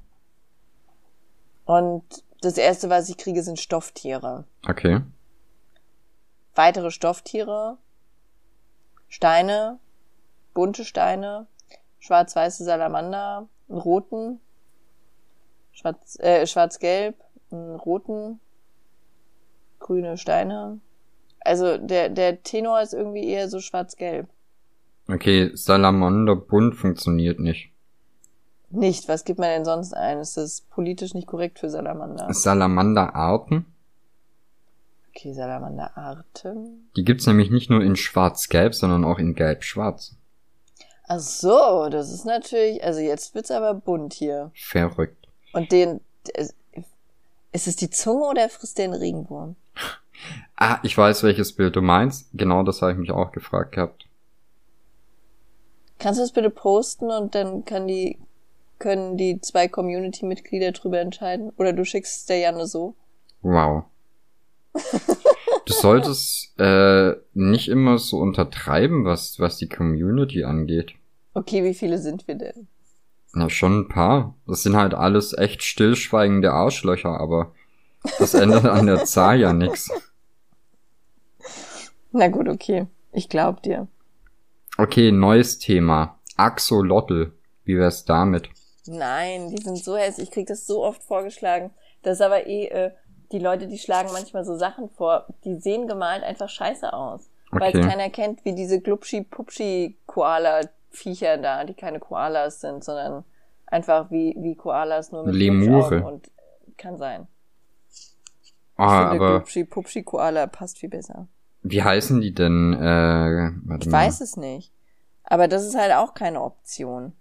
[SPEAKER 1] Und das erste, was ich kriege, sind Stofftiere.
[SPEAKER 2] Okay.
[SPEAKER 1] Weitere Stofftiere, Steine, bunte Steine, schwarz-weiße Salamander, einen roten, schwarz, äh, schwarz-gelb, einen roten, grüne Steine. Also der, der Tenor ist irgendwie eher so schwarz-gelb.
[SPEAKER 2] Okay, Salamander bunt funktioniert nicht.
[SPEAKER 1] Nicht, was gibt man denn sonst ein? Ist das politisch nicht korrekt für Salamander?
[SPEAKER 2] Salamanderarten?
[SPEAKER 1] Okay, Salamanderarten.
[SPEAKER 2] Die gibt's nämlich nicht nur in schwarz-gelb, sondern auch in gelb-schwarz.
[SPEAKER 1] Ach so, das ist natürlich, also jetzt wird's aber bunt hier.
[SPEAKER 2] Verrückt.
[SPEAKER 1] Und den, ist es die Zunge oder frisst der einen Regenwurm?
[SPEAKER 2] Ah, ich weiß, welches Bild du meinst. Genau das habe ich mich auch gefragt gehabt.
[SPEAKER 1] Kannst du das bitte posten und dann kann die, können die zwei Community-Mitglieder drüber entscheiden? Oder du schickst es der Janne so?
[SPEAKER 2] Wow. Du solltest äh, nicht immer so untertreiben, was was die Community angeht.
[SPEAKER 1] Okay, wie viele sind wir denn?
[SPEAKER 2] Na, schon ein paar. Das sind halt alles echt stillschweigende Arschlöcher, aber das ändert an der Zahl ja nix.
[SPEAKER 1] Na gut, okay. Ich glaub dir.
[SPEAKER 2] Okay, neues Thema. Axolotl. Wie wär's damit?
[SPEAKER 1] Nein, die sind so hässlich. Ich krieg das so oft vorgeschlagen. Das ist aber eh, äh, die Leute, die schlagen manchmal so Sachen vor, die sehen gemalt einfach scheiße aus. Okay. Weil es keiner kennt, wie diese Glubschi-Pupschi-Koala-Viecher da, die keine Koalas sind, sondern einfach wie, wie Koalas nur mit
[SPEAKER 2] Lemure.
[SPEAKER 1] Und kann sein.
[SPEAKER 2] Ah,
[SPEAKER 1] ich finde,
[SPEAKER 2] aber
[SPEAKER 1] Glubschi-Pupschi-Koala passt viel besser.
[SPEAKER 2] Wie heißen die denn? Äh, warte
[SPEAKER 1] ich
[SPEAKER 2] mal.
[SPEAKER 1] weiß es nicht. Aber das ist halt auch keine Option.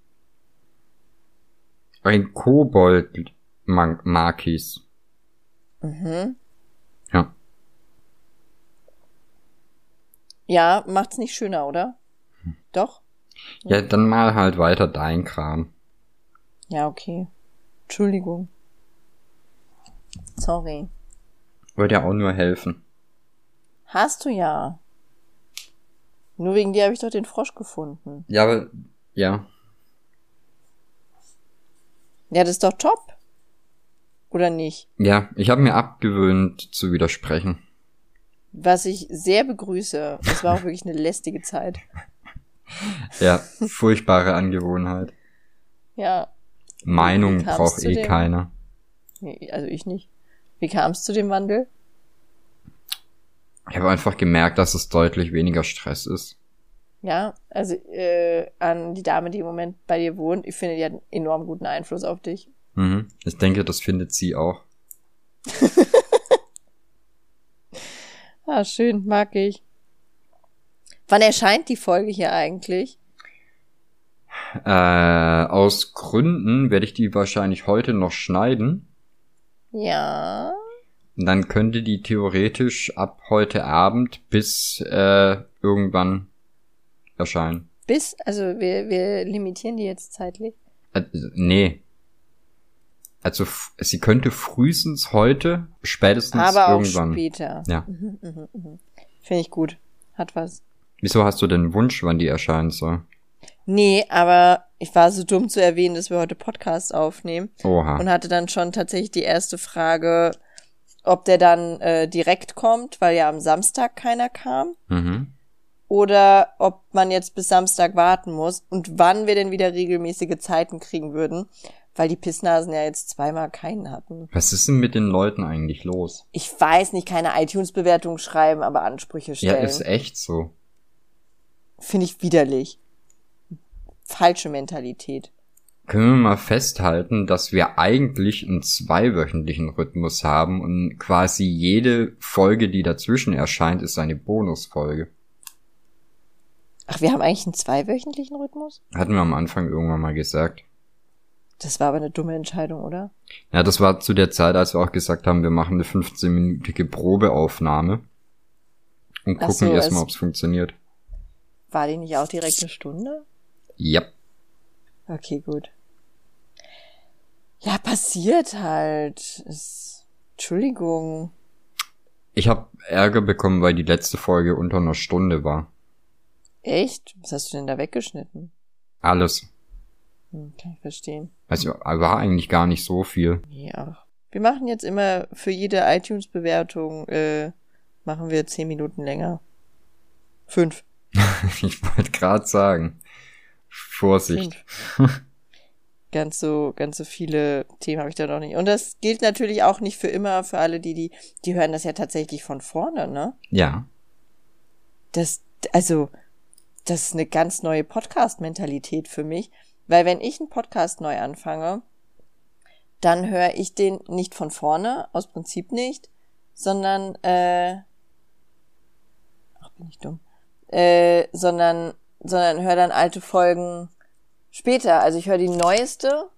[SPEAKER 2] Ein Kobold-Makis.
[SPEAKER 1] Mhm.
[SPEAKER 2] Ja.
[SPEAKER 1] Ja, macht's nicht schöner, oder? Hm. Doch?
[SPEAKER 2] Ja, dann mal halt weiter dein Kram.
[SPEAKER 1] Ja, okay. Entschuldigung. Sorry.
[SPEAKER 2] Wollte ja auch nur helfen.
[SPEAKER 1] Hast du ja. Nur wegen dir habe ich doch den Frosch gefunden.
[SPEAKER 2] Ja, aber, ja.
[SPEAKER 1] Ja, das ist doch top. Oder nicht?
[SPEAKER 2] Ja, ich habe mir abgewöhnt zu widersprechen.
[SPEAKER 1] Was ich sehr begrüße. Es war auch wirklich eine lästige Zeit.
[SPEAKER 2] Ja, furchtbare Angewohnheit.
[SPEAKER 1] Ja.
[SPEAKER 2] Meinung braucht eh dem? keiner.
[SPEAKER 1] Nee, also ich nicht. Wie kam es zu dem Wandel?
[SPEAKER 2] Ich habe einfach gemerkt, dass es deutlich weniger Stress ist.
[SPEAKER 1] Ja, also äh, an die Dame, die im Moment bei dir wohnt, ich finde, die hat einen enorm guten Einfluss auf dich.
[SPEAKER 2] Mhm. Ich denke, das findet sie auch.
[SPEAKER 1] Ah, schön, mag ich. Wann erscheint die Folge hier eigentlich?
[SPEAKER 2] Äh, aus Gründen werde ich die wahrscheinlich heute noch schneiden.
[SPEAKER 1] Ja.
[SPEAKER 2] Und dann könnte die theoretisch ab heute Abend bis äh, irgendwann erscheinen.
[SPEAKER 1] Bis? Also wir, wir limitieren die jetzt zeitlich?
[SPEAKER 2] Äh, nee. Also f- sie könnte frühestens heute, spätestens
[SPEAKER 1] aber
[SPEAKER 2] irgendwann.
[SPEAKER 1] Aber auch später.
[SPEAKER 2] Ja.
[SPEAKER 1] Mhm, mh, mh. Finde ich gut. Hat was.
[SPEAKER 2] Wieso hast du denn Wunsch, wann die erscheinen soll?
[SPEAKER 1] Nee, aber ich war so dumm zu erwähnen, dass wir heute Podcast aufnehmen.
[SPEAKER 2] Oha.
[SPEAKER 1] Und hatte dann schon tatsächlich die erste Frage, ob der dann äh, direkt kommt, weil ja am Samstag keiner kam.
[SPEAKER 2] Mhm.
[SPEAKER 1] Oder ob man jetzt bis Samstag warten muss und wann wir denn wieder regelmäßige Zeiten kriegen würden, weil die Pissnasen ja jetzt zweimal keinen hatten.
[SPEAKER 2] Was ist denn mit den Leuten eigentlich los?
[SPEAKER 1] Ich weiß nicht, keine iTunes-Bewertung schreiben, aber Ansprüche stellen.
[SPEAKER 2] Ja, ist echt so.
[SPEAKER 1] Finde ich widerlich. Falsche Mentalität.
[SPEAKER 2] Können wir mal festhalten, dass wir eigentlich einen zweiwöchentlichen Rhythmus haben und quasi jede Folge, die dazwischen erscheint, ist eine Bonusfolge.
[SPEAKER 1] Ach, wir haben eigentlich einen zweiwöchentlichen Rhythmus?
[SPEAKER 2] Hatten wir am Anfang irgendwann mal gesagt.
[SPEAKER 1] Das war aber eine dumme Entscheidung, oder?
[SPEAKER 2] Ja, das war zu der Zeit, als wir auch gesagt haben, wir machen eine fünfzehnminütige Probeaufnahme und gucken so, erstmal, ob es funktioniert.
[SPEAKER 1] War die nicht auch direkt eine Stunde?
[SPEAKER 2] Ja.
[SPEAKER 1] Okay, gut. Ja, passiert halt. Ist... Entschuldigung.
[SPEAKER 2] Ich habe Ärger bekommen, weil die letzte Folge unter einer Stunde war.
[SPEAKER 1] Echt? Was hast du denn da weggeschnitten?
[SPEAKER 2] Alles.
[SPEAKER 1] Hm, kann ich verstehen.
[SPEAKER 2] Also war eigentlich gar nicht so viel.
[SPEAKER 1] Ja. Wir machen jetzt immer für jede iTunes-Bewertung, äh, machen wir zehn Minuten länger. Fünf.
[SPEAKER 2] Ich wollte gerade sagen. Vorsicht.
[SPEAKER 1] Ganz so, ganz so viele Themen habe ich da noch nicht. Und das gilt natürlich auch nicht für immer, für alle, die, die, die hören das ja tatsächlich von vorne, ne?
[SPEAKER 2] Ja.
[SPEAKER 1] Das, also, das ist eine ganz neue Podcast-Mentalität für mich. Weil wenn ich einen Podcast neu anfange, dann höre ich den nicht von vorne, aus Prinzip nicht, sondern, äh, ach, bin ich dumm, äh, sondern, sondern höre dann alte Folgen später. Also ich höre die neueste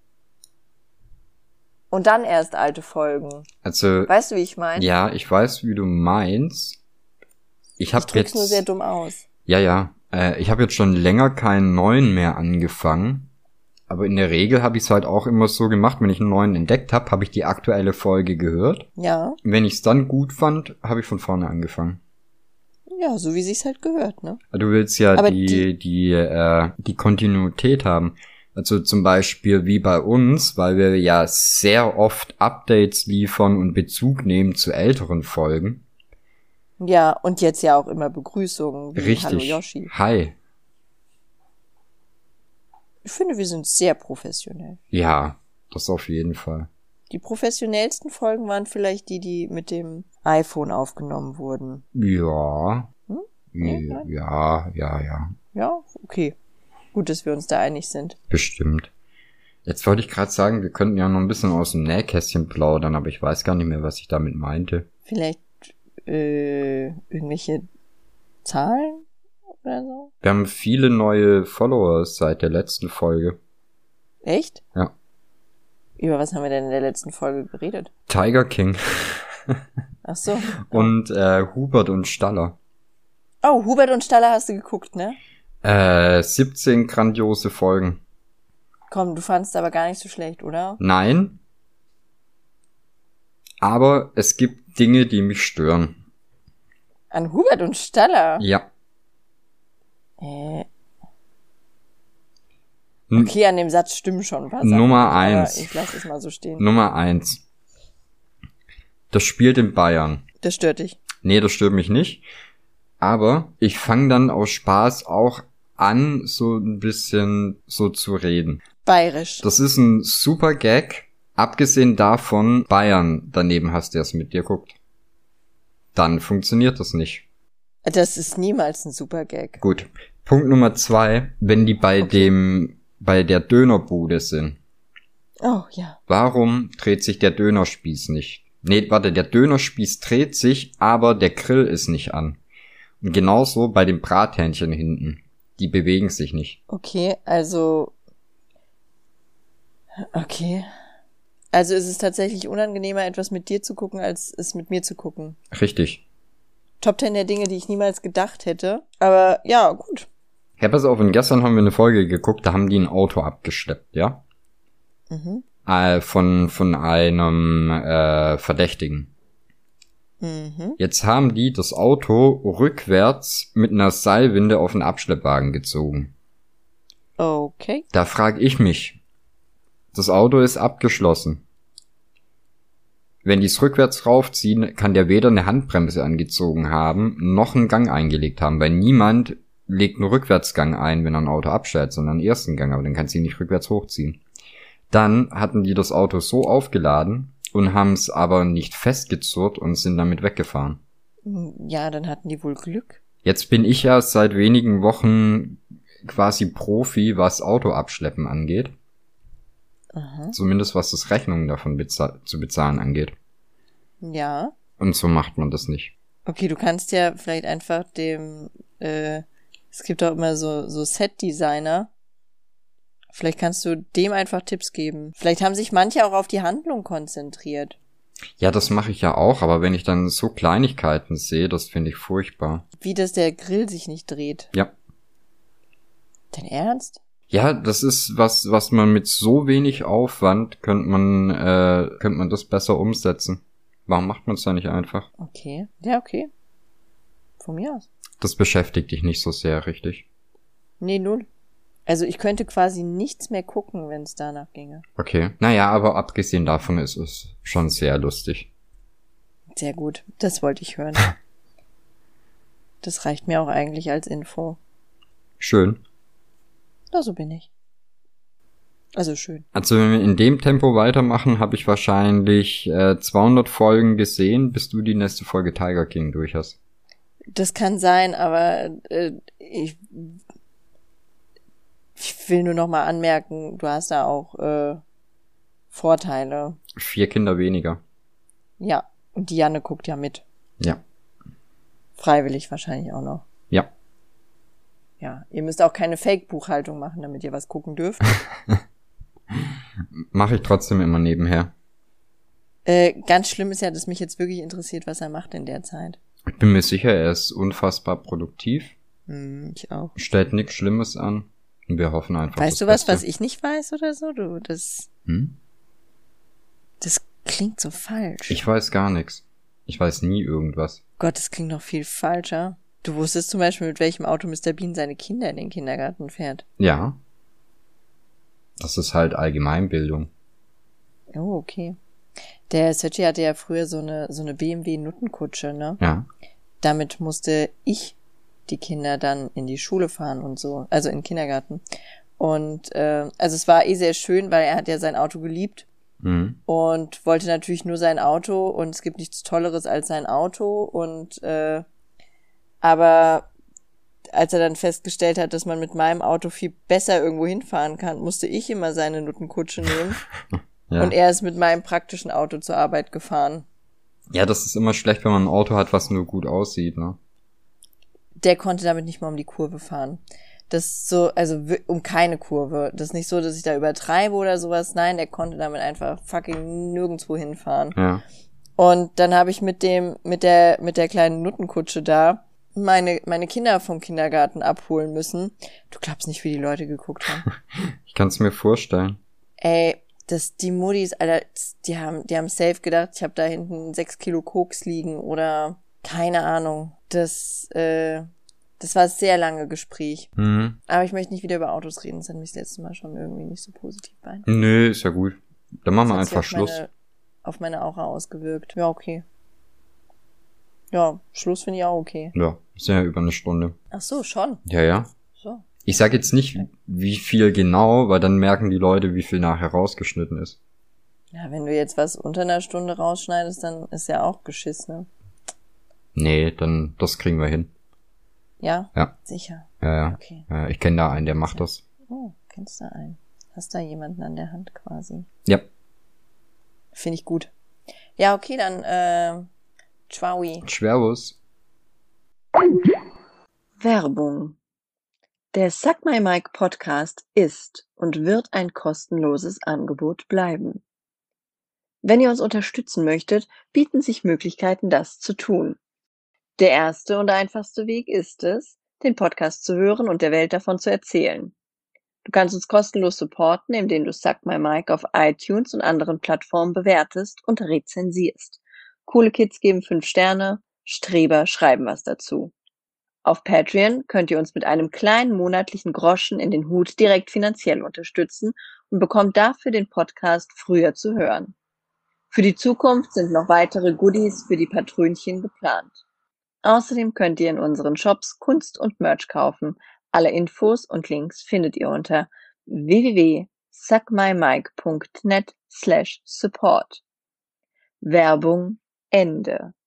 [SPEAKER 1] und dann erst alte Folgen.
[SPEAKER 2] Also,
[SPEAKER 1] weißt du, wie ich meine?
[SPEAKER 2] Ja, ich weiß, wie du meinst. Ich habe jetzt
[SPEAKER 1] nur sehr dumm aus.
[SPEAKER 2] Ja, ja. Äh, ich habe jetzt schon länger keinen neuen mehr angefangen. Aber in der Regel habe ich es halt auch immer so gemacht, wenn ich einen neuen entdeckt habe, habe ich die aktuelle Folge gehört.
[SPEAKER 1] Ja.
[SPEAKER 2] Wenn ich es dann gut fand, habe ich von vorne angefangen.
[SPEAKER 1] Ja, so wie sich's halt gehört, ne?
[SPEAKER 2] Du willst ja
[SPEAKER 1] aber
[SPEAKER 2] die
[SPEAKER 1] die
[SPEAKER 2] die äh, die Kontinuität haben. Also zum Beispiel wie bei uns, weil wir ja sehr oft Updates liefern und Bezug nehmen zu älteren Folgen.
[SPEAKER 1] Ja, und jetzt ja auch immer Begrüßungen wie
[SPEAKER 2] Richtig.
[SPEAKER 1] Hallo Yoshi.
[SPEAKER 2] Hi.
[SPEAKER 1] Ich finde, wir sind sehr professionell.
[SPEAKER 2] Ja, das auf jeden Fall.
[SPEAKER 1] Die professionellsten Folgen waren vielleicht die, die mit dem iPhone aufgenommen wurden.
[SPEAKER 2] Ja.
[SPEAKER 1] Hm?
[SPEAKER 2] Ja, ja, ja, ja.
[SPEAKER 1] Ja, okay. Gut, dass wir uns da einig sind.
[SPEAKER 2] Bestimmt. Jetzt wollte ich gerade sagen, wir könnten ja noch ein bisschen aus dem Nähkästchen plaudern, aber ich weiß gar nicht mehr, was ich damit meinte.
[SPEAKER 1] Vielleicht äh, irgendwelche Zahlen oder so?
[SPEAKER 2] Wir haben viele neue Follower seit der letzten Folge.
[SPEAKER 1] Echt?
[SPEAKER 2] Ja.
[SPEAKER 1] Über was haben wir denn in der letzten Folge geredet?
[SPEAKER 2] Tiger King.
[SPEAKER 1] Ach so.
[SPEAKER 2] Und äh, Hubert und Staller.
[SPEAKER 1] Oh, Hubert und Staller hast du geguckt, ne?
[SPEAKER 2] Äh, siebzehn grandiose Folgen.
[SPEAKER 1] Komm, du fandst aber gar nicht so schlecht, oder?
[SPEAKER 2] Nein. Aber es gibt Dinge, die mich stören.
[SPEAKER 1] An Hubert und Staller?
[SPEAKER 2] Ja.
[SPEAKER 1] Äh. Okay, an dem Satz stimmen schon ein paar Sachen.
[SPEAKER 2] Nummer eins.
[SPEAKER 1] Ich lasse es mal so stehen.
[SPEAKER 2] Nummer eins. Das spielt in Bayern.
[SPEAKER 1] Das stört dich?
[SPEAKER 2] Nee, das stört mich nicht. Aber ich fange dann aus Spaß auch an, so ein bisschen so zu reden.
[SPEAKER 1] Bayerisch.
[SPEAKER 2] Das ist ein super Gag. Abgesehen davon, Bayern daneben hast, der es mit dir guckt. Dann funktioniert das nicht.
[SPEAKER 1] Das ist niemals ein super Gag.
[SPEAKER 2] Gut. Punkt Nummer zwei. Wenn die bei
[SPEAKER 1] Okay.
[SPEAKER 2] dem, bei der Dönerbude sind.
[SPEAKER 1] Oh, ja.
[SPEAKER 2] Warum dreht sich der Dönerspieß nicht? Nee, warte, der Dönerspieß dreht sich, aber der Grill ist nicht an. Und genauso bei den Brathähnchen hinten. Die bewegen sich nicht.
[SPEAKER 1] Okay, also... Okay. Also ist es tatsächlich unangenehmer, etwas mit dir zu gucken, als es mit mir zu gucken.
[SPEAKER 2] Richtig.
[SPEAKER 1] Top Ten der Dinge, die ich niemals gedacht hätte. Aber ja, gut.
[SPEAKER 2] Ja, pass auf, und gestern haben wir eine Folge geguckt, da haben die ein Auto abgeschleppt, ja?
[SPEAKER 1] Mhm.
[SPEAKER 2] Äh, von, von einem äh, Verdächtigen.
[SPEAKER 1] Mhm.
[SPEAKER 2] Jetzt haben die das Auto rückwärts mit einer Seilwinde auf den Abschleppwagen gezogen.
[SPEAKER 1] Okay.
[SPEAKER 2] Da frage ich mich, das Auto ist abgeschlossen. Wenn die es rückwärts raufziehen, kann der weder eine Handbremse angezogen haben, noch einen Gang eingelegt haben, weil niemand legt einen Rückwärtsgang ein, wenn er ein Auto abstellt, sondern einen ersten Gang, aber dann kannst du ihn nicht rückwärts hochziehen. Dann hatten die das Auto so aufgeladen und haben es aber nicht festgezurrt und sind damit weggefahren.
[SPEAKER 1] Ja, dann hatten die wohl Glück.
[SPEAKER 2] Jetzt bin ich ja seit wenigen Wochen quasi Profi, was Autoabschleppen angeht.
[SPEAKER 1] Aha.
[SPEAKER 2] Zumindest was das Rechnungen davon bezahl- zu bezahlen angeht.
[SPEAKER 1] Ja.
[SPEAKER 2] Und so macht man das nicht.
[SPEAKER 1] Okay, du kannst ja vielleicht einfach dem, äh, es gibt auch immer so, so Set-Designer. Vielleicht kannst du dem einfach Tipps geben. Vielleicht haben sich manche auch auf die Handlung konzentriert.
[SPEAKER 2] Ja, das mache ich ja auch, aber wenn ich dann so Kleinigkeiten sehe, das finde ich furchtbar.
[SPEAKER 1] Wie, dass der Grill sich nicht dreht.
[SPEAKER 2] Ja.
[SPEAKER 1] Dein Ernst?
[SPEAKER 2] Ja, das ist was, was man mit so wenig Aufwand könnte man, äh, könnte man das besser umsetzen. Warum macht man es da nicht einfach?
[SPEAKER 1] Okay. Ja, okay. Von mir aus.
[SPEAKER 2] Das beschäftigt dich nicht so sehr, richtig?
[SPEAKER 1] Nee, null. Also ich könnte quasi nichts mehr gucken, wenn es danach ginge.
[SPEAKER 2] Okay. Naja, aber abgesehen davon ist es schon sehr lustig.
[SPEAKER 1] Sehr gut. Das wollte ich hören. Das reicht mir auch eigentlich als Info.
[SPEAKER 2] Schön.
[SPEAKER 1] Na, so bin ich. Also schön.
[SPEAKER 2] Also wenn wir in dem Tempo weitermachen, habe ich wahrscheinlich äh, zweihundert Folgen gesehen, bis du die nächste Folge Tiger King durch hast.
[SPEAKER 1] Das kann sein, aber äh, ich, ich will nur noch mal anmerken, du hast da auch äh, Vorteile.
[SPEAKER 2] Vier Kinder weniger.
[SPEAKER 1] Ja, und die Janne guckt ja mit.
[SPEAKER 2] Ja.
[SPEAKER 1] Freiwillig wahrscheinlich auch noch.
[SPEAKER 2] Ja.
[SPEAKER 1] Ja, ihr müsst auch keine Fake-Buchhaltung machen, damit ihr was gucken dürft.
[SPEAKER 2] Mache ich trotzdem immer nebenher.
[SPEAKER 1] Äh, ganz schlimm ist ja, dass mich jetzt wirklich interessiert, was er macht in der Zeit.
[SPEAKER 2] Ich bin mir sicher, er ist unfassbar produktiv.
[SPEAKER 1] Hm, ich auch.
[SPEAKER 2] Stellt nichts Schlimmes an. Und wir hoffen einfach
[SPEAKER 1] Weißt
[SPEAKER 2] das
[SPEAKER 1] du was,
[SPEAKER 2] Beste.
[SPEAKER 1] was ich nicht weiß oder so? Du, das,
[SPEAKER 2] Hm?
[SPEAKER 1] das klingt so falsch.
[SPEAKER 2] Ich weiß gar nichts. Ich weiß nie irgendwas.
[SPEAKER 1] Gott, das klingt noch viel falscher. Du wusstest zum Beispiel, mit welchem Auto Mister Bean seine Kinder in den Kindergarten fährt.
[SPEAKER 2] Ja. Das ist halt Allgemeinbildung.
[SPEAKER 1] Oh, okay. Der Sergi hatte ja früher so eine, so eine B M W-Nuttenkutsche, ne?
[SPEAKER 2] Ja.
[SPEAKER 1] Damit musste ich die Kinder dann in die Schule fahren und so, also in den Kindergarten. Und äh, also es war eh sehr schön, weil er hat ja sein Auto geliebt mhm. und wollte natürlich nur sein Auto und es gibt nichts Tolleres als sein Auto. Und äh, aber als er dann festgestellt hat, dass man mit meinem Auto viel besser irgendwo hinfahren kann, musste ich immer seine Nuttenkutsche nehmen. Ja. Und er ist mit meinem praktischen Auto zur Arbeit gefahren.
[SPEAKER 2] Ja, das ist immer schlecht, wenn man ein Auto hat, was nur gut aussieht, ne?
[SPEAKER 1] Der konnte damit nicht mal um die Kurve fahren. Das ist so, also um keine Kurve. Das ist nicht so, dass ich da übertreibe oder sowas. Nein, der konnte damit einfach fucking nirgendwo hinfahren.
[SPEAKER 2] Ja.
[SPEAKER 1] Und dann habe ich mit dem, mit der, mit der kleinen Nuttenkutsche da meine, meine Kinder vom Kindergarten abholen müssen. Du glaubst nicht, wie die Leute geguckt haben.
[SPEAKER 2] Ich kann es mir vorstellen.
[SPEAKER 1] Ey, das, die Muttis, Alter, die haben, die haben safe gedacht, ich habe da hinten sechs Kilo Koks liegen oder keine Ahnung. Das, äh, das war ein sehr lange Gespräch. Mhm. Aber ich möchte nicht wieder über Autos reden, das hat mich das letzte Mal schon irgendwie nicht so positiv beeindruckt.
[SPEAKER 2] Nö, ist ja gut. Dann machen wir einfach
[SPEAKER 1] auf
[SPEAKER 2] Schluss.
[SPEAKER 1] Meine, auf meine Aura ausgewirkt. Ja, okay. Ja, Schluss finde ich auch okay.
[SPEAKER 2] Ja, ist ja über eine Stunde.
[SPEAKER 1] Ach so, schon.
[SPEAKER 2] Ja, ja.
[SPEAKER 1] So.
[SPEAKER 2] Ich sag jetzt nicht, wie viel genau, weil dann merken die Leute, wie viel nachher rausgeschnitten ist.
[SPEAKER 1] Ja, wenn du jetzt was unter einer Stunde rausschneidest, dann ist ja auch Geschiss, ne?
[SPEAKER 2] Nee, dann, das kriegen wir hin.
[SPEAKER 1] Ja?
[SPEAKER 2] Ja.
[SPEAKER 1] Sicher?
[SPEAKER 2] Ja, ja.
[SPEAKER 1] Okay.
[SPEAKER 2] Ja, ich kenne da einen, der macht das.
[SPEAKER 1] Oh, kennst du einen? Hast da jemanden an der Hand quasi?
[SPEAKER 2] Ja.
[SPEAKER 1] Finde ich gut. Ja, okay, dann, äh, Ciao.
[SPEAKER 2] Schwerus.
[SPEAKER 1] Werbung. Der Suck My Mic Podcast ist und wird ein kostenloses Angebot bleiben. Wenn ihr uns unterstützen möchtet, bieten sich Möglichkeiten, das zu tun. Der erste und einfachste Weg ist es, den Podcast zu hören und der Welt davon zu erzählen. Du kannst uns kostenlos supporten, indem du Suck My Mic auf iTunes und anderen Plattformen bewertest und rezensierst. Coole Kids geben fünf Sterne, Streber schreiben was dazu. Auf Patreon könnt ihr uns mit einem kleinen monatlichen Groschen in den Hut direkt finanziell unterstützen und bekommt dafür den Podcast früher zu hören. Für die Zukunft sind noch weitere Goodies für die Patrönchen geplant. Außerdem könnt ihr in unseren Shops Kunst und Merch kaufen. Alle Infos und Links findet ihr unter w w w punkt suck my mic punkt net slash support. Werbung Ende.